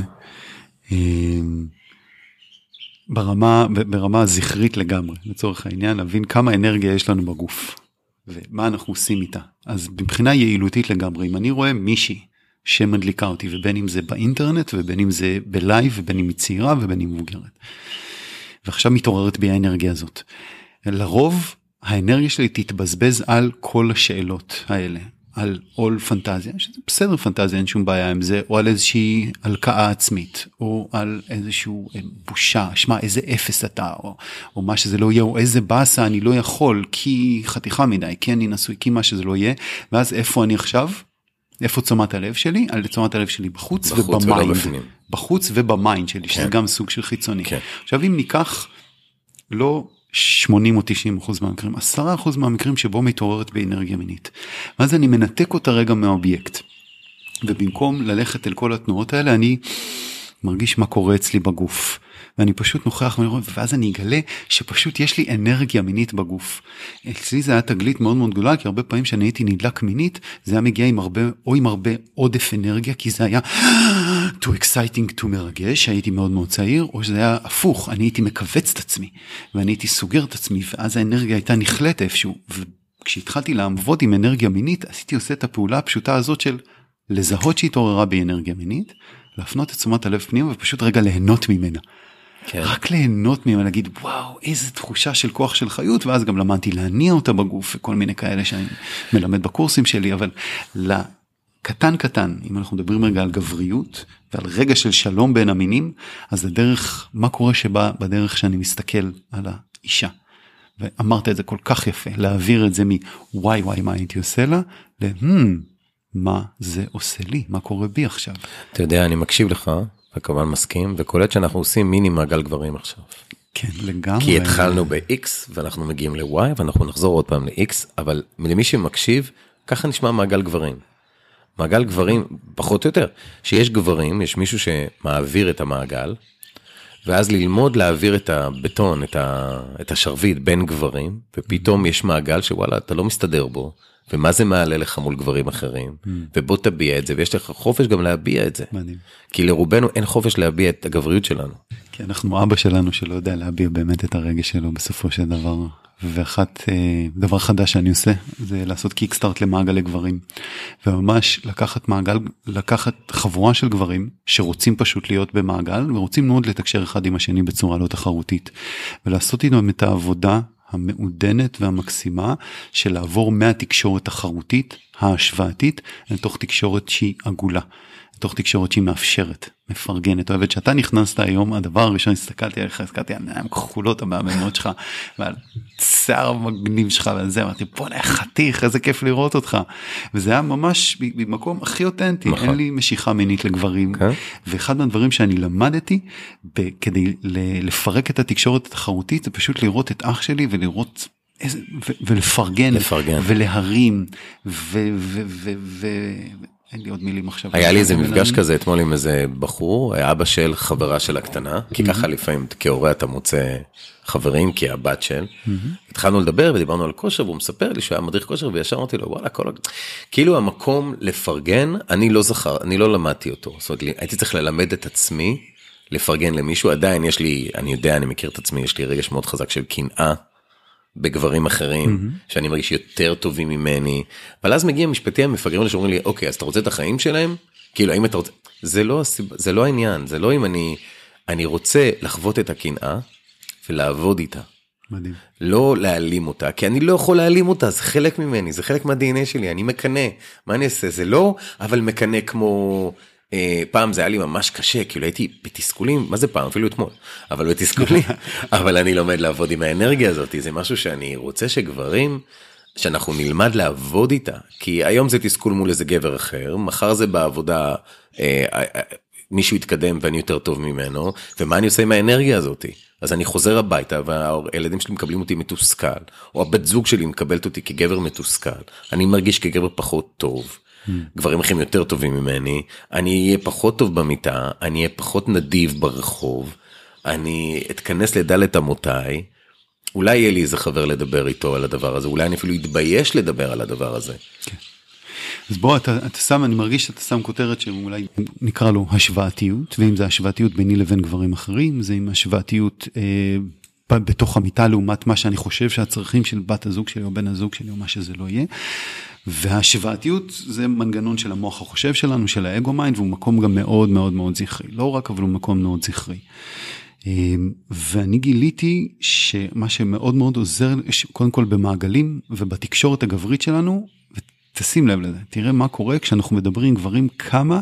ברמה, ברמה הזכרית לגמרי, לצורך העניין, להבין כמה אנרגיה יש לנו בגוף, ומה אנחנו עושים איתה. אז מבחינה יעילותית לגמרי, אם אני רואה מישהי שמדליקה אותי, ובין אם זה באינטרנט, ובין אם זה בלייב, ובין אם היא צעירה, ובין אם מבוגרת. ועכשיו מתעוררת בי האנרגיה הזאת. לרוב, האנרגיה שלי תתבזבז על כל השאלות האלה. על עול פנטזיה, שזה בסדר פנטזיה, אין שום בעיה עם זה, או על איזושהי הלקאה עצמית, או על איזשהו בושה, שמה, איזה אפס אתה, או, או מה שזה לא יהיה, או איזה באסה אני לא יכול, כי חתיכה מדי, כי אני נשוי, כי מה שזה לא יהיה, ואז איפה אני עכשיו? איפה צומת הלב שלי? על צומת הלב שלי בחוץ, בחוץ ובמיינד. בחוץ ובמיינד שלי, שזה גם סוג של חיצוני. כן. עכשיו אם ניקח, לא שמונים או תשעים אחוז מהמקרים, עשרה אחוז מהמקרים שבו מתעוררת באנרגיה מינית. ואז אני מנתק אותה רגע מהאובייקט. ובמקום ללכת אל כל התנועות האלה, אני מרגיש מה קורה אצלי בגוף. ואני פשוט נוכח, ואז אני אגלה שפשוט יש לי אנרגיה מינית בגוף. אצלי זה היה תגלית מאוד מאוד גדולה, כי הרבה פעמים שאני הייתי נדלק מינית, זה היה מגיע עם הרבה, או עם הרבה עודף אנרגיה, כי זה היה too exciting, too מרגש, הייתי מאוד מאוד צעיר, או שזה היה הפוך, אני הייתי מקווץ את עצמי, ואני הייתי סוגר את עצמי, ואז האנרגיה הייתה נכלת איפשהו, וכשהתחלתי לעבוד עם אנרגיה מינית, עשיתי עושה את הפעולה הפשוטה הזאת של לזהות שהתעוררה באנרגיה מינית, להפנות את תשומת הלב פנימה, ופשוט רגע ליהנות ממנה. כן. רק ליהנות ממנה, להגיד, וואו, איזו תחושה של כוח של חיות, ואז גם למדתי להניע אותה בגוף, וכל מיני כאלה שאני מלמד בקורסים שלי, אבל לקטן קטן, אם אנחנו מדברים רגע על גבריות, ועל רגע של שלום בין המינים, אז הדרך, מה קורה שבא בדרך שאני מסתכל על האישה, ואמרת את זה כל כך יפה, להעביר את זה מוואי וואי מה הייתי עושה לה, להם, מה זה עושה לי, מה קורה בי עכשיו. אתה יודע, אני מקשיב לך, וכמובן מסכים, וקולט שאנחנו עושים מיני מעגל גברים עכשיו. כן, לגמרי. כי התחלנו ב-X, ואנחנו מגיעים ל-Y, ואנחנו נחזור עוד פעם ל-X, אבל למי שמקשיב, ככה נשמע מעגל גברים. מעגל גברים, פחות או יותר, שיש גברים, יש מישהו שמעביר את המעגל, ואז ללמוד להעביר את הבטון, את, ה... את השרביט בין גברים, ופתאום יש מעגל שוואלה, אתה לא מסתדר בו, ומה זה מעלה לך מול גברים אחרים, ובוא תביע את זה, ויש לך חופש גם להביע את זה. מדהים. כי לרובנו אין חופש להביע את הגבריות שלנו. כי אנחנו אבא שלנו שלא יודע להביע באמת את הרגש שלו בסופו של דבר. ואחת, דבר חדש שאני עושה, זה לעשות קיקסטארט למעגל לגברים. וממש לקחת מעגל, לקחת חבורה של גברים, שרוצים פשוט להיות במעגל, ורוצים מאוד לתקשר אחד עם השני בצורה לא תחרותית. ולעשות איתם את העבודה המעודנת והמקסימה של לעבור מהתקשורת החרותית, ההשוואתית, לתוך תקשורת שהיא עגולה, לתוך תקשורת שהיא מאפשרת, מפרגנת. אוהבת שאתה נכנסת היום, הדבר הראשון הסתכלתי עליך, הסתכלתי על נעיים כחולות המאמנות שלך, ועל שיער המגניב שלך, ועל זה, אמרתי, בוא נה חתיך, איזה כיף לראות אותך. וזה היה ממש במקום הכי אותנטי, אין לי משיכה מינית לגברים, ואחד מהדברים שאני למדתי, כדי לפרק את התקשורת התחרותית, זה פשוט לראות את אח שלי, ולראות איזה, ולפרגן, ולהרים, ו... אין לי עוד מילים עכשיו. היה לי איזה מפגש כזה אתמול עם איזה בחור, היה אבא של חברה של הקטנה, כי ככה לפעמים כהורה אתה מוצא חברים, כי הבת של, התחלנו לדבר ודיברנו על כושר, והוא מספר לי שהוא היה מדריך כושר, וישר אמרתי לו, וואלה, כל... כאילו המקום לפרגן, אני לא זכר, אני לא למדתי אותו, זאת אומרת, הייתי צריך ללמד את עצמי, לפרגן למישהו, עדיין יש לי, אני יודע, אני מכיר את עצמי, יש לי רגש מאוד חזק של קנאה, בגברים אחרים, mm-hmm. שאני מרגיש יותר טובים ממני, אבל אז מגיע משפטי המפגרים שאומרים לי, אוקיי, אז אתה רוצה את החיים שלהם? כאילו, האם אתה רוצה... זה לא, זה לא העניין, זה לא אם אני, אני רוצה לחוות את הקנאה, ולעבוד איתה. מדהים. לא להעלים אותה, כי אני לא יכול להעלים אותה, זה חלק ממני, זה חלק מה-די אן איי שלי, אני מקנה, מה אני אעשה? זה לא, אבל מקנה כמו... פעם זה היה לי ממש קשה, כאילו הייתי בתסכולים, מה זה פעם? אפילו אתמול, אבל בתסכולים, אבל אני לומד לעבוד עם האנרגיה הזאת, זה משהו שאני רוצה שגברים, שאנחנו נלמד לעבוד איתה, כי היום זה תסכול מול איזה גבר אחר, מחר זה בעבודה, מישהו יתקדם ואני יותר טוב ממנו, ומה אני עושה עם האנרגיה הזאת? אז אני חוזר הביתה, והילדים שלי מקבלים אותי מתוסכל, או הבת זוג שלי מקבלת אותי כגבר מתוסכל, אני מרגיש כגבר פחות טוב, mm. גברים אחרים יותר טובים ממני, אני אהיה פחות טוב במיטה, אני אהיה פחות נדיב ברחוב, אני אתכנס לדלת אמותיי, אולי יהיה לי איזה חבר לדבר איתו על הדבר הזה, אולי אני אפילו אתבייש לדבר על הדבר הזה. כן. אז בוא, אתה, אתה שם, אני מרגיש שאתה שם כותרת שאולי נקרא לו השוואתיות, ואם זה השוואתיות ביני לבין גברים אחרים, זה עם השוואתיות אה, בתוך המיטה לעומת מה שאני חושב שהצרכים של בת הזוג שלי או בן הזוג שלי או מה שזה לא יהיה. והשוואתיות זה מנגנון של המוח החושב שלנו, של האגו מיינד, והוא מקום גם מאוד מאוד מאוד זכרי. לא רק, אבל הוא מקום מאוד זכרי. ואני גיליתי שמה שמאוד מאוד עוזר, קודם כל במעגלים ובתקשורת הגברית שלנו, ותשים לב לזה, תראה מה קורה כשאנחנו מדברים עם גברים, כמה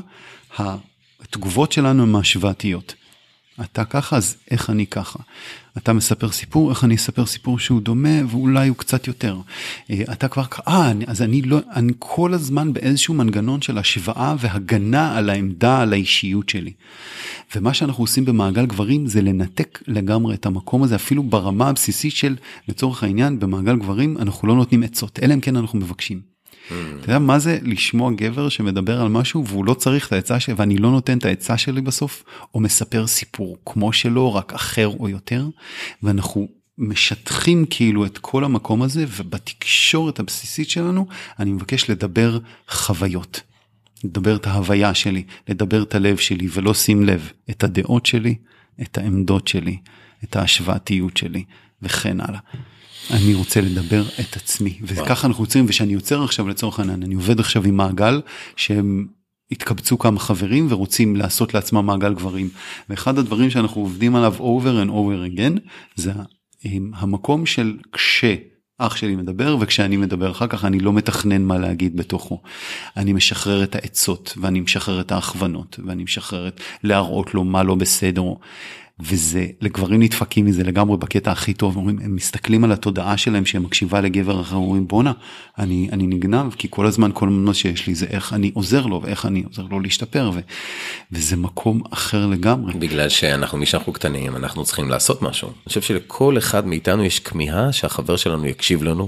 התגובות שלנו הן השוואתיות. אתה ככה, אז איך אני ככה? אתה מספר סיפור, איך אני אספר סיפור שהוא דומה, ואולי הוא קצת יותר. אתה כבר, אה, אז אני לא, אני כל הזמן באיזשהו מנגנון של השוואה והגנה על העמדה, על האישיות שלי. ומה שאנחנו עושים במעגל גברים, זה לנתק לגמרי את המקום הזה, אפילו ברמה הבסיסית של, לצורך העניין, במעגל גברים, אנחנו לא נותנים עצות, אלא אם כן אנחנו מבקשים. אתה יודע מה זה לשמוע גבר שמדבר על משהו והוא לא צריך את העצה שלי ואני לא נותן את העצה שלי בסוף, או מספר סיפור כמו שלא, רק אחר או יותר, ואנחנו משטחים כאילו את כל המקום הזה, ובתקשורת הבסיסית שלנו אני מבקש לדבר חוויות, לדבר את ההוויה שלי, לדבר את הלב שלי, ולא שים לב את הדעות שלי, את העמדות שלי, את ההשוואתיות שלי וכן הלאה. אני רוצה לדבר את עצמי, וככה אנחנו יוצרים, ושאני יוצר עכשיו לצורך העניין, אני עובד עכשיו עם מעגל, שהם התקבצו כמה חברים, ורוצים לעשות לעצמם מעגל גברים, ואחד הדברים שאנחנו עובדים עליו over and over again, זה המקום של כשאח שלי מדבר, וכשאני מדבר אחר כך, אני לא מתכנן מה להגיד בתוכו, אני משחרר את העצות, ואני משחרר את ההכוונות, ואני משחרר את להראות לו מה לא בסדר, וזה, לגברים נדפקים מזה לגמרי בקטע הכי טוב, אומרים, הם מסתכלים על התודעה שלהם שהם מקשיבה לגבר אחר, אומרים, בונה, אני, אני נגנב, כי כל הזמן, כל מה שיש לי זה איך אני עוזר לו, ואיך אני עוזר לו להשתפר, ו, וזה מקום אחר לגמרי. בגלל שאנחנו, מי שאנחנו קטנים, אנחנו צריכים לעשות משהו. אני חושב שלכל אחד מאיתנו יש כמיהה שהחבר שלנו יקשיב לנו,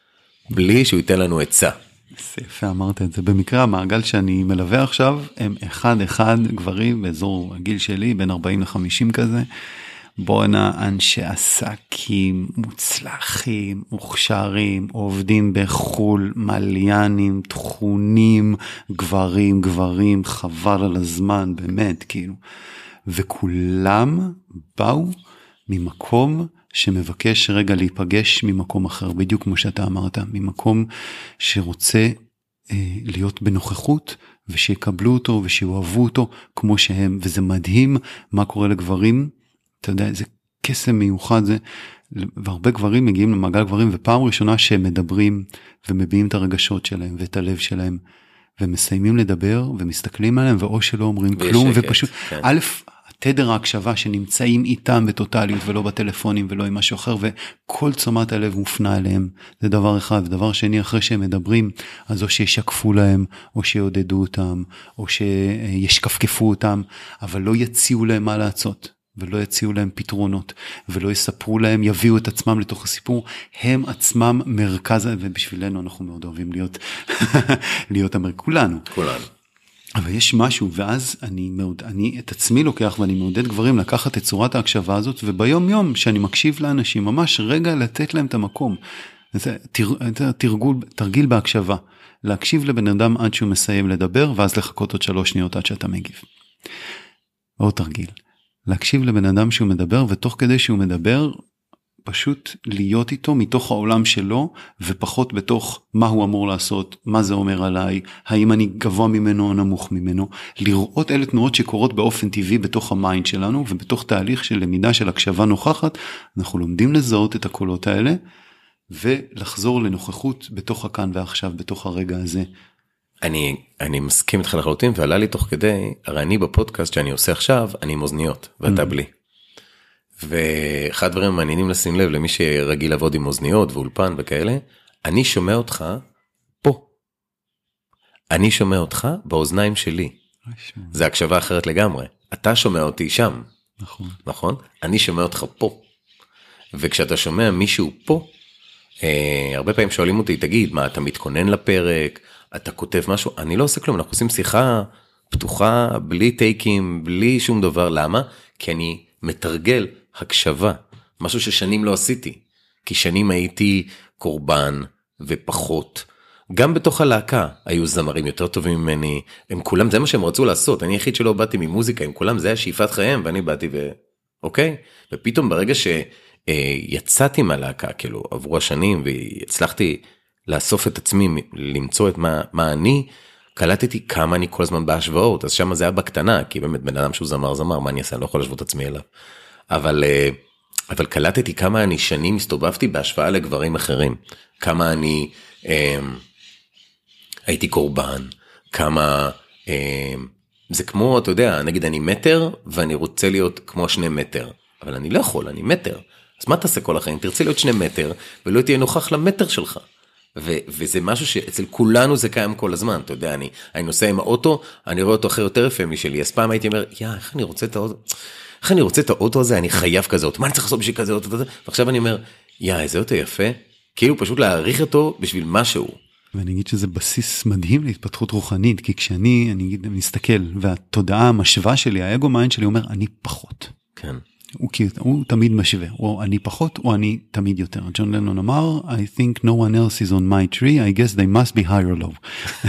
בלי שהוא ייתן לנו עצה. יפה, אמרת את זה. במקרה המעגל שאני מלווה עכשיו, הם אחד אחד גברים באזור הגיל שלי, בין ארבעים לחמישים כזה, בונה אנשי עסקים, מוצלחים, מוכשרים, עובדים בחול, מליינים, תכונים, גברים, גברים, חבל על הזמן, באמת, כאילו. וכולם באו ממקום שמבקש רגע להיפגש ממקום אחר, בדיוק כמו שאתה אמרת, ממקום שרוצה אה, להיות בנוכחות, ושיקבלו אותו, ושיאהבו אותו, כמו שהם, וזה מדהים מה קורה לגברים, אתה יודע, זה קסם מיוחד, זה, והרבה גברים מגיעים למעגל גברים, ופעם ראשונה שהם מדברים, ומביעים את הרגשות שלהם, ואת הלב שלהם, ומסיימים לדבר, ומסתכלים עליהם, ואו שלא אומרים כלום, שקט, ופשוט, כן. א', תדר ההקשבה שנמצאים איתם בטוטליות ולא בטלפונים ולא עם משהו אחר, וכל תשומת הלב מופנה אליהם, זה דבר אחד. ודבר שני, אחרי שהם מדברים, אז או שישקפו להם, או שיעודדו אותם, או שישקפקפו אותם, אבל לא יציעו להם מה לעשות, ולא יציעו להם פתרונות, ולא יספרו להם, יביאו את עצמם לתוך הסיפור, הם עצמם מרכז, ובשבילנו אנחנו מאוד אוהבים להיות, להיות המרכז, כולנו. כולנו. אבל יש משהו, ואז אני, מעוד, אני את עצמי לוקח, ואני מעודד גברים לקחת את צורת ההקשבה הזאת, וביום יום שאני מקשיב לאנשים, ממש רגע לתת להם את המקום. זה תרגול, תרגיל בהקשבה. להקשיב לבן אדם עד שהוא מסיים לדבר, ואז לחכות עוד שלוש שניות עד שאתה מגיב. עוד תרגיל. להקשיב לבן אדם שהוא מדבר, ותוך כדי שהוא מדבר, פשוט להיות איתו מתוך העולם שלו, ופחות בתוך מה הוא אמור לעשות, מה זה אומר עליי, האם אני גבוה ממנו או נמוך ממנו, לראות אלה תנועות שקורות באופן טבעי בתוך המיינד שלנו, ובתוך תהליך של למידה של הקשבה נוכחת, אנחנו לומדים לזהות את הקולות האלה, ולחזור לנוכחות בתוך הכאן ועכשיו, בתוך הרגע הזה. אני, אני מסכים איתך לחלוטין, ועלה לי תוך כדי, הרי אני בפודקאסט שאני עושה עכשיו, אני עם אוזניות, ואתה בלי. ואחד דברים מעניינים לשים לב למי שרגיל לעבוד עם אוזניות ואולפן וכאלה, אני שומע אותך פה. אני שומע אותך באוזניים שלי. זה הקשבה אחרת לגמרי. אתה שומע אותי שם. נכון. נכון? אני שומע אותך פה. וכשאתה שומע מישהו פה, אה, הרבה פעמים שואלים אותי, תגיד, מה, אתה מתכונן לפרק? אתה כותב משהו? אני לא עושה כלום, אנחנו עושים שיחה פתוחה, בלי טייקים, בלי שום דבר. למה? כי אני מתרגל הקשבה, משהו ששנים לא עשיתי. כי שנים הייתי קורבן ופחות. גם בתוך הלהקה היו זמרים יותר טובים ממני, הם כולם, זה מה שהם רצו לעשות. אני היחיד שלא באתי ממוזיקה, עם כולם זה היה שאיפת חייהם, ואני באתי ו... אוקיי? ופתאום ברגע שיצאתי מהלהקה, כאילו, עברו השנים, והצלחתי לאסוף את עצמי, למצוא את מה, מה אני, קלטתי כמה אני כל הזמן בהשוואות, אז שם זה היה בקטנה, כי באמת בן אדם שהוא זמר זמר, מה אני אעשה? אני לא יכול להשוות את עצמי אליו. אבל, אבל קלטתי כמה אני שנים הסתובבתי בהשוואה לגברים אחרים, כמה אני אה, הייתי קורבן, כמה, אה, זה כמו, אתה יודע, נגיד אני מטר, ואני רוצה להיות כמו שני מטר, אבל אני לא יכול, אני מטר, אז מה תעשה כל החיים? תרצה להיות שני מטר, ולא תהיה נוכח למטר שלך. ו- וזה משהו שאצל כולנו זה קיים כל הזמן, אתה יודע, אני, אני נוסע עם האוטו, אני רואה אותו אחר יותר יפה משלי, אז פעם הייתי אומר, יא, איך אני רוצה את האוטו, איך אני רוצה את האוטו הזה, אני חייב כזה אוטו, מה אני צריך לעשות בשביל כזה אוטו, ועכשיו אני אומר, יא, איזה אוטו יפה, כאילו פשוט להעריך אותו בשביל משהו. ואני אגיד שזה בסיס מדהים להתפתחות רוחנית, כי כשאני, אני אגיד, מסתכל, והתודעה המשווה שלי, האגו מיינד שלי אומר, אני פחות. כן. הוא, הוא תמיד משווה, או אני פחות, או אני תמיד יותר. ג'ון לנון אמר, I think no one else is on my tree, I guess they must be high or low.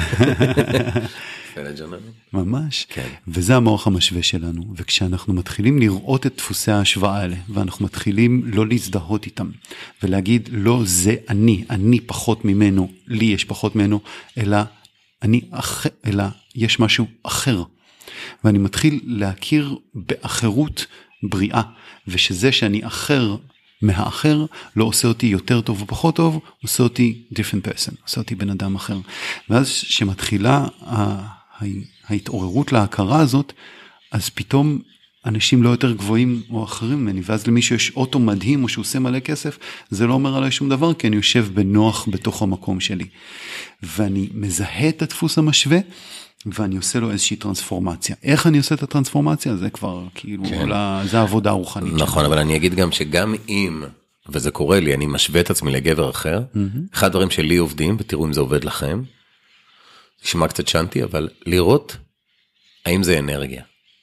ממש. כן. וזה המוח המשווה שלנו, וכשאנחנו מתחילים לראות את דפוסי ההשוואה האלה, ואנחנו מתחילים לא להזדהות איתם, ולהגיד, לא זה אני, אני פחות ממנו, לי יש פחות ממנו, אלא, אני אח... אלא יש משהו אחר. ואני מתחיל להכיר באחרות בריאה, ושזה שאני אחר מהאחר, לא עושה אותי יותר טוב או פחות טוב, עושה אותי different person, עושה אותי בן אדם אחר. ואז שמתחילה ההתעוררות להכרה הזאת, אז פתאום אנשים לא יותר גבוהים או אחרים ממני, ואז למי שיש אוטו מדהים או שהוא עושה מלא כסף, זה לא אומר עליי שום דבר, כי אני יושב בנוח בתוך המקום שלי. ואני מזהה את הדפוס המשווה, ואני עושה לו איזושהי טרנספורמציה. איך אני עושה את הטרנספורמציה? זה כבר כאילו, כן. זה העבודה הרוחנית. נכון, אבל אני אגיד גם שגם אם, וזה קורה לי, אני משווה את עצמי לגבר אחר, mm-hmm. אחד הדברים שלי עובדים, ותראו אם זה עובד לכם, נשמע קצת שנתי, אבל לראות האם זה אנרגיה.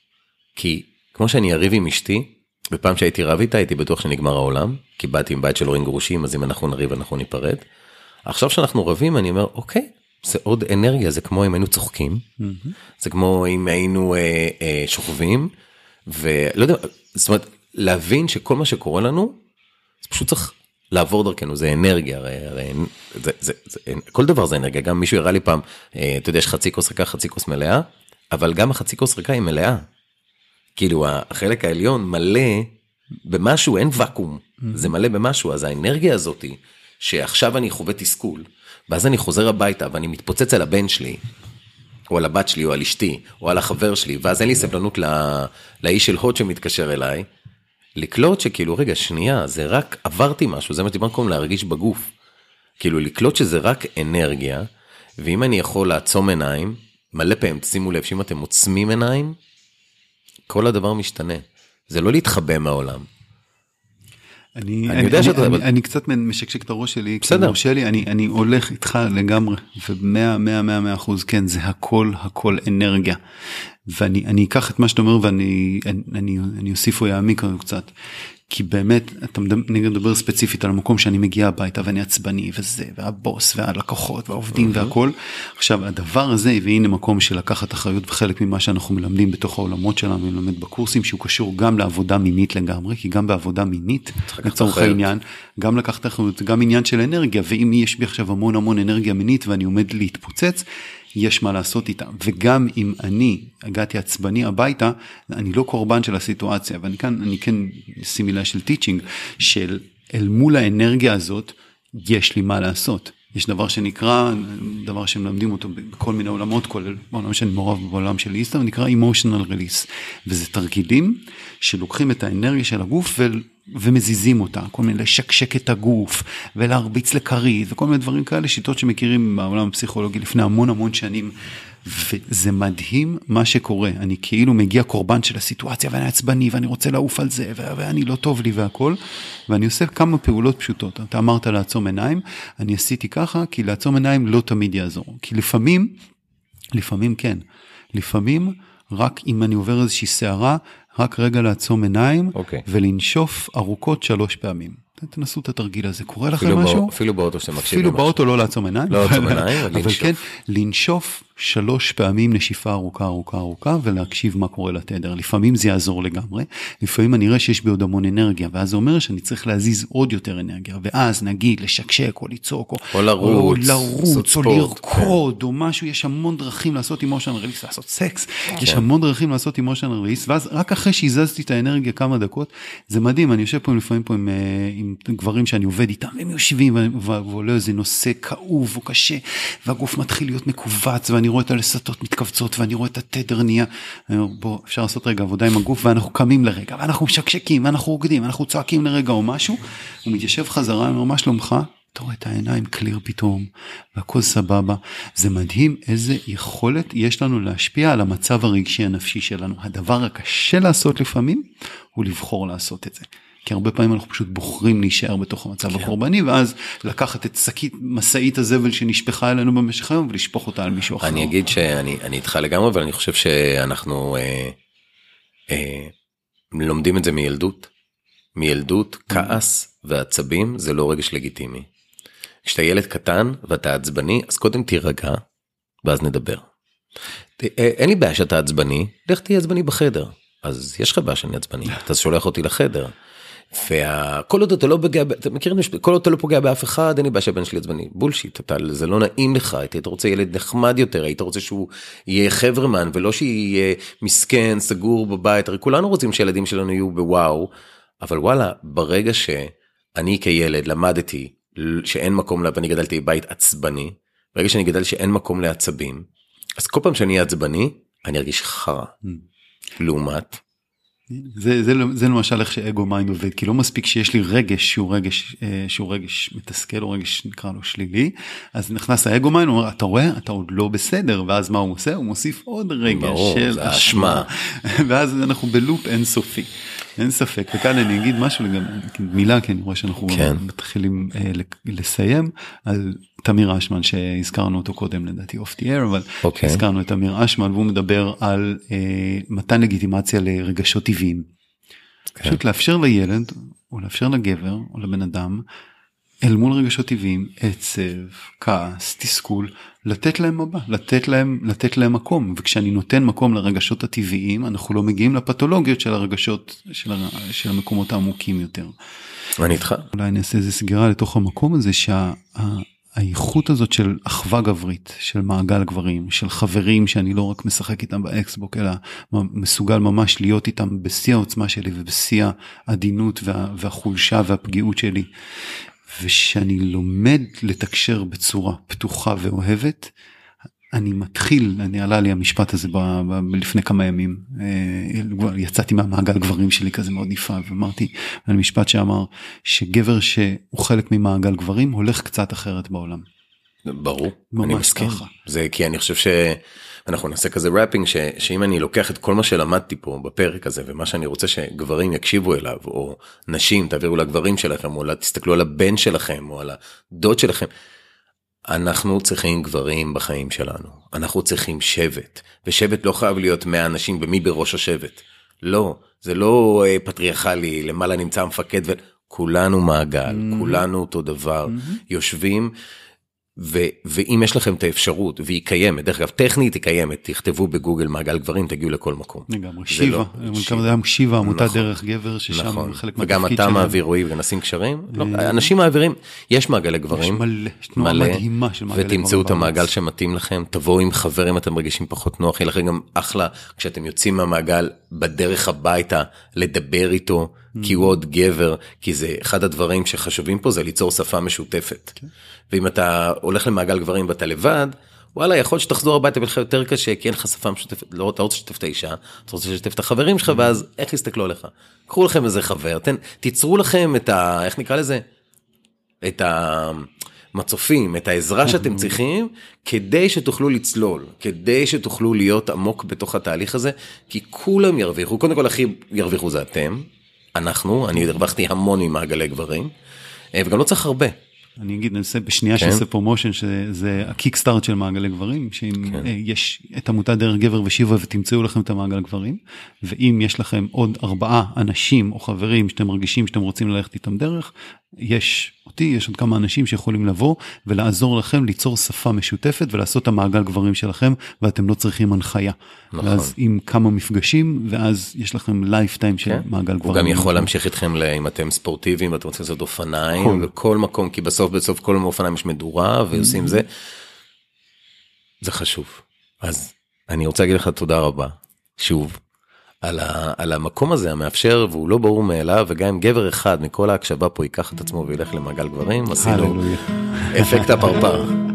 כי כמו שאני אריב עם אשתי, בפעם שהייתי רב איתה, הייתי בטוח שנגמר העולם, כי באתי עם בית של הורים גרושים, אז אם אנחנו נריב, אנחנו ניפרד. עכשיו שאנחנו רבים, אני אומר, אוקיי, זה עוד אנרגיה, זה כמו אם היינו צוחקים, mm-hmm. זה כמו אם היינו אה, אה, שוכבים, ולא יודע, זאת אומרת, להבין שכל מה שקורה לנו, זה פשוט צריך לעבור דרכנו, זה אנרגיה, הרי, הרי, זה, זה, זה, כל דבר זה אנרגיה, גם מישהו הראה לי פעם, אה, אתה יודע, יש חצי כוס ריקה, חצי כוס מלאה, אבל גם החצי כוס ריקה היא מלאה, כאילו החלק העליון מלא במשהו, אין וקום, mm-hmm. זה מלא במשהו, אז האנרגיה הזאת, שעכשיו אני חווה תסכול, ואז אני חוזר הביתה, ואני מתפוצץ על הבן שלי, או על הבת שלי, או על אשתי, או על החבר שלי, ואז אין לי סבלנות לא, לאיש של הוד שמתקשר אליי, לקלוט שכאילו, רגע, שנייה, זה רק עברתי משהו, זה מה שדיברנו קודם להרגיש בגוף, כאילו לקלוט שזה רק אנרגיה, ואם אני יכול לעצום עיניים, מלא פעמים, שימו לב, שאם אתם עוצמים עיניים, כל הדבר משתנה, זה לא להתחבא מהעולם, אני, אני, אני, אני, אני, אני קצת משקשק את הראש שלי, בסדר. שלי, אני, אני הולך איתך לגמרי, ומאה, מאה, מאה, מאה אחוז, כן, זה הכל, הכל אנרגיה. ואני, אני אקח את מה שאתה אומר, ואני, אני, אני, אני אוסיף או יעמיק קצת. כי באמת, אתה מדבר ספציפית על המקום שאני מגיע הביתה, ואני עצבני, וזה, והבוס, והלקוחות, והעובדים, והכל. עכשיו, הדבר הזה, והנה מקום של לקחת אחריות, וחלק ממה שאנחנו מלמדים בתוך העולמות שלנו, ולמד בקורסים, שהוא קשור גם לעבודה מינית לגמרי, כי גם בעבודה מינית, לצורך העניין, גם לקחת אחריות, גם עניין של אנרגיה, ואם יש בי עכשיו המון המון אנרגיה מינית, ואני עומד להתפוצץ, יש מה לעשות איתה, וגם אם אני הגעתי עצבני הביתה, אני לא קורבן של הסיטואציה, ואני כאן, אני כן סימילה של טיצ'ינג, של אל מול האנרגיה הזאת, יש לי מה לעשות. יש דבר שנקרא, דבר שמלמדים אותו בכל מיני עולמות, כולל בעולם שאני מעורב בעולם של איסטר, נקרא emotional release, וזה תרגילים שלוקחים את האנרגיה של הגוף, ומזיזים אותה, כל מיני לשקשק את הגוף, ולהרביץ לקרית, וכל מיני דברים כאלה, שיטות שמכירים בעולם הפסיכולוגי לפני המון המון שנים, וזה מדהים מה שקורה, אני כאילו מגיע קורבן של הסיטואציה, ואני עצבני, ואני רוצה לעוף על זה, ואני לא טוב לי והכל, ואני עושה כמה פעולות פשוטות, אתה אמרת לעצום עיניים, אני עשיתי ככה, כי לעצום עיניים לא תמיד יעזור, כי לפעמים, לפעמים כן, לפעמים רק אם אני עובר איזושהי שערה, רק רגע לעצום עיניים, okay. ולנשוף ארוכות שלוש פעמים. תנסו את התרגיל הזה, קורה לכם משהו? אפילו באוטו שאתם מקשיבים. אפילו באוטו לא לעצום עיניים. לא לעצום עיניים, אבל לנשוף. כן, לנשוף שלוש פעמים נשיפה ארוכה, ארוכה, ארוכה, ולהקשיב מה קורה לתדר. לפעמים זה יעזור לגמרי, לפעמים אני רואה שיש בי עוד המון אנרגיה, ואז זה אומר שאני צריך להזיז עוד יותר אנרגיה, ואז נגיד לשקשק, או לצעוק, או, או לרוץ, או, לרוץ, או לרקוד, כן. או משהו, יש המון דרכים לעשות אימושן רליס, לעשות סקס, כן. יש המון דרכים לעשות אימושן רליס, ואז רק אחרי שהזזתי את האנרגיה כמה דקות, זה מדהים, אני יושב פה לפעמים פה עם, עם גברים שאני עובד איתם, הם יושבים, ועולה איזה נושא כאוב או קשה, והגוף מתחיל להיות מקובץ, ואני רואה את הלסתות מתכווצות, ואני רואה את התדר נהיה, בוא, אפשר לעשות רגע עבודה עם הגוף, ואנחנו קמים לרגע, ואנחנו משקשקים, ואנחנו רוקדים, ואנחנו צועקים לרגע או משהו, הוא מתיישב חזרה, אני אומר, מה שלומך? אתה רואה את העיניים קליר פתאום, והכל סבבה. זה מדהים איזה יכולת יש לנו להשפיע על המצב הרגשי הנפשי שלנו. הדבר הקשה לעשות לפעמים, הוא לבחור לעשות את זה. כי הרבה פעמים אנחנו פשוט בוחרים להישאר בתוך המצב כן. הקורבני, ואז לקחת את שקית, מסעית הזבל שנשפחה אלינו במשך היום, ולשפוך אותה על מישהו אחר. אני אגיד שאני אני איתך לגמרי, אבל אני חושב שאנחנו אה, אה, לומדים את זה מילדות. מילדות, כעס ועצבים, זה לא רגש לגיטימי. כשאתה ילד קטן ואתה עצבני, אז קודם תירגע, ואז נדבר. אין לי בעיה שאתה עצבני, לך תהיה עצבני בחדר. אז יש לך בעיה שאני עצבני, אתה שולח אותי לחדר. וכל עוד אתה לא פוגע, אתה מכירים, כל עוד אתה לא פוגע באף אחד, אין לי בעיה שהבן שלי עצבני. בולשיט, זה לא נעים לך, היית רוצה ילד נחמד יותר, היית רוצה שהוא יהיה חברמן, ולא שיהיה מסכן, סגור בבית, הרי כולנו רוצים שילדים שלנו יהיו בוואו, אבל וואלה, ברגע שאני כילד למדתי שאין מקום, ואני גדלתי בבית עצבני, ברגע שאני גדל שאין מקום לעצבים, אז כל פעם שאני עצבני, אני ארגיש חרא. לעומת. זה, זה, זה למשל איך שאגו מיינד עובד, כי לא מספיק שיש לי רגש שהוא רגש, שהוא רגש מתסכל, או רגש נקרא לו שלילי, אז נכנס האגו מיינד, הוא אומר, אתה רואה, אתה עוד לא בסדר, ואז מה הוא עושה? הוא מוסיף עוד רגש ברור, של אשמה, ואז אנחנו בלופ אינסופי. אין ספק, וכאן אני אגיד משהו לגבי מילה, כי אני רואה שאנחנו כן. מתחילים אה, לסיים, על תמיר אשמן שהזכרנו אותו קודם לדעתי אוף די אר, אבל okay. הזכרנו את תמיר אשמן, והוא מדבר על אה, מתן לגיטימציה לרגשות טבעיים. כן. פשוט לאפשר לילד, או לאפשר לגבר, או לבן אדם, אל מול רגשות טבעיים, עצב, כעס, תסכול, לתת להם מבא, לתת להם, לתת להם מקום, וכשאני נותן מקום לרגשות הטבעיים, אנחנו לא מגיעים לפתולוגיות של הרגשות, של, של המקומות העמוקים יותר. אני איתך. אולי נעשה איזה סגירה לתוך המקום הזה, שהאיכות הזאת של אחווה גברית, של מעגל גברים, של חברים שאני לא רק משחק איתם באקסבוק, אלא מסוגל ממש להיות איתם בשיא העוצמה שלי, ובשיא העדינות וה, והחולשה והפגיעות שלי, ושאני לומד לתקשר בצורה פתוחה ואוהבת, אני מתחיל, אני עלה לי המשפט הזה ב, ב, לפני כמה ימים, יצאתי מהמעגל גברים שלי כזה מאוד נפעל, ואמרתי, על משפט שאמר, שגבר שהוא חלק ממעגל גברים, הולך קצת אחרת בעולם. ברור, אני מסכים. ככה. זה כי אני חושב שאנחנו נעשה כזה ראפינג, ש, שאם אני לוקח את כל מה שלמדתי פה בפרק הזה, ומה שאני רוצה שגברים יקשיבו אליו, או נשים תעבירו לגברים שלכם, או תסתכלו על הבן שלכם, או על הדוד שלכם, אנחנו צריכים גברים בחיים שלנו, אנחנו צריכים שבט, ושבט לא חייב להיות מאה אנשים, ומי בראש השבט, לא, זה לא פטריארכלי, למעלה נמצא המפקד, וכולנו מעגל, mm-hmm. כולנו אותו דבר, mm-hmm. יושבים, ו- ואם יש לכם את האפשרות, והיא קיימת, דרך אגב, טכנית היא קיימת, תכתבו בגוגל מעגל גברים, תגיעו לכל מקום. לגמרי, שיבה, זה היה שיבה, עמותה דרך גבר, ששם נכון. חלק וגם מהתפקיד אתה שלהם. מעביר רואי ונשים קשרים, לא, אנשים מעבירים, יש מעגלי גברים, יש מלא, יש תנועה מדהימה של מעגלי גברים. ותמצאו את המעגל שמתאים לכם, תבואו עם חברים, אתם מרגישים פחות נוח, יהיה לכם גם אחלה, כשאתם יוצאים מהמעגל, בדרך הביתה, לדבר איתו, כי הוא עוד גבר, כי זה אחד הדברים שחשובים פה, זה ליצור שפה משותפת. ואם אתה הולך למעגל גברים ואתה לבד, וואלה, יכול שתחזור הביתה ולך יותר קשה, כי אין לך שפה משותפת, לא, אתה רוצה לשתף את האישה, אתה רוצה לשתף את החברים שלך, ואז איך יסתכלו עליך? קחו לכם איזה חבר, תן, תיצרו לכם את ה, איך נקרא לזה? את המצופים, את העזרה שאתם צריכים, כדי שתוכלו לצלול, כדי שתוכלו להיות עמוק בתוך התהליך הזה, כי כולם ירוויחו, קודם כל הכי ירוויחו זה אתם, אנחנו, אני הרווחתי המון ממעגלי גברים, וגם לא צריך הרבה. אני אגיד, ננסה בשנייה כן. שעושה פרומושן, שזה הקיקסטארט של מעגלי גברים, שאם כן. יש את עמותת דרך גבר ושיבה, ותמצאו לכם את המעגל גברים, ואם יש לכם עוד ארבעה אנשים או חברים שאתם מרגישים שאתם רוצים ללכת איתם דרך, יש אותי, יש עוד כמה אנשים שיכולים לבוא ולעזור לכם ליצור שפה משותפת ולעשות את המעגל גברים שלכם, ואתם לא צריכים הנחיה. נכון. ואז עם כמה מפגשים, ואז יש לכם לייפטיים של כן. מעגל גברים. הוא גם יכול להמשיך איתכם אם אתם ספורטיביים, ואתם רוצים לעשות אופניים, נכון. וכל מקום, כי בסוף בסוף כל האופניים יש מדורה, ועושים זה. זה חשוב. אז אני רוצה להגיד לך תודה רבה, שוב, על, ה, על המקום הזה המאפשר, והוא לא ברור מאליו, וגם אם גבר אחד מכל ההקשבה פה ייקח את עצמו וילך למעגל גברים, עשינו אפקט הפרפר.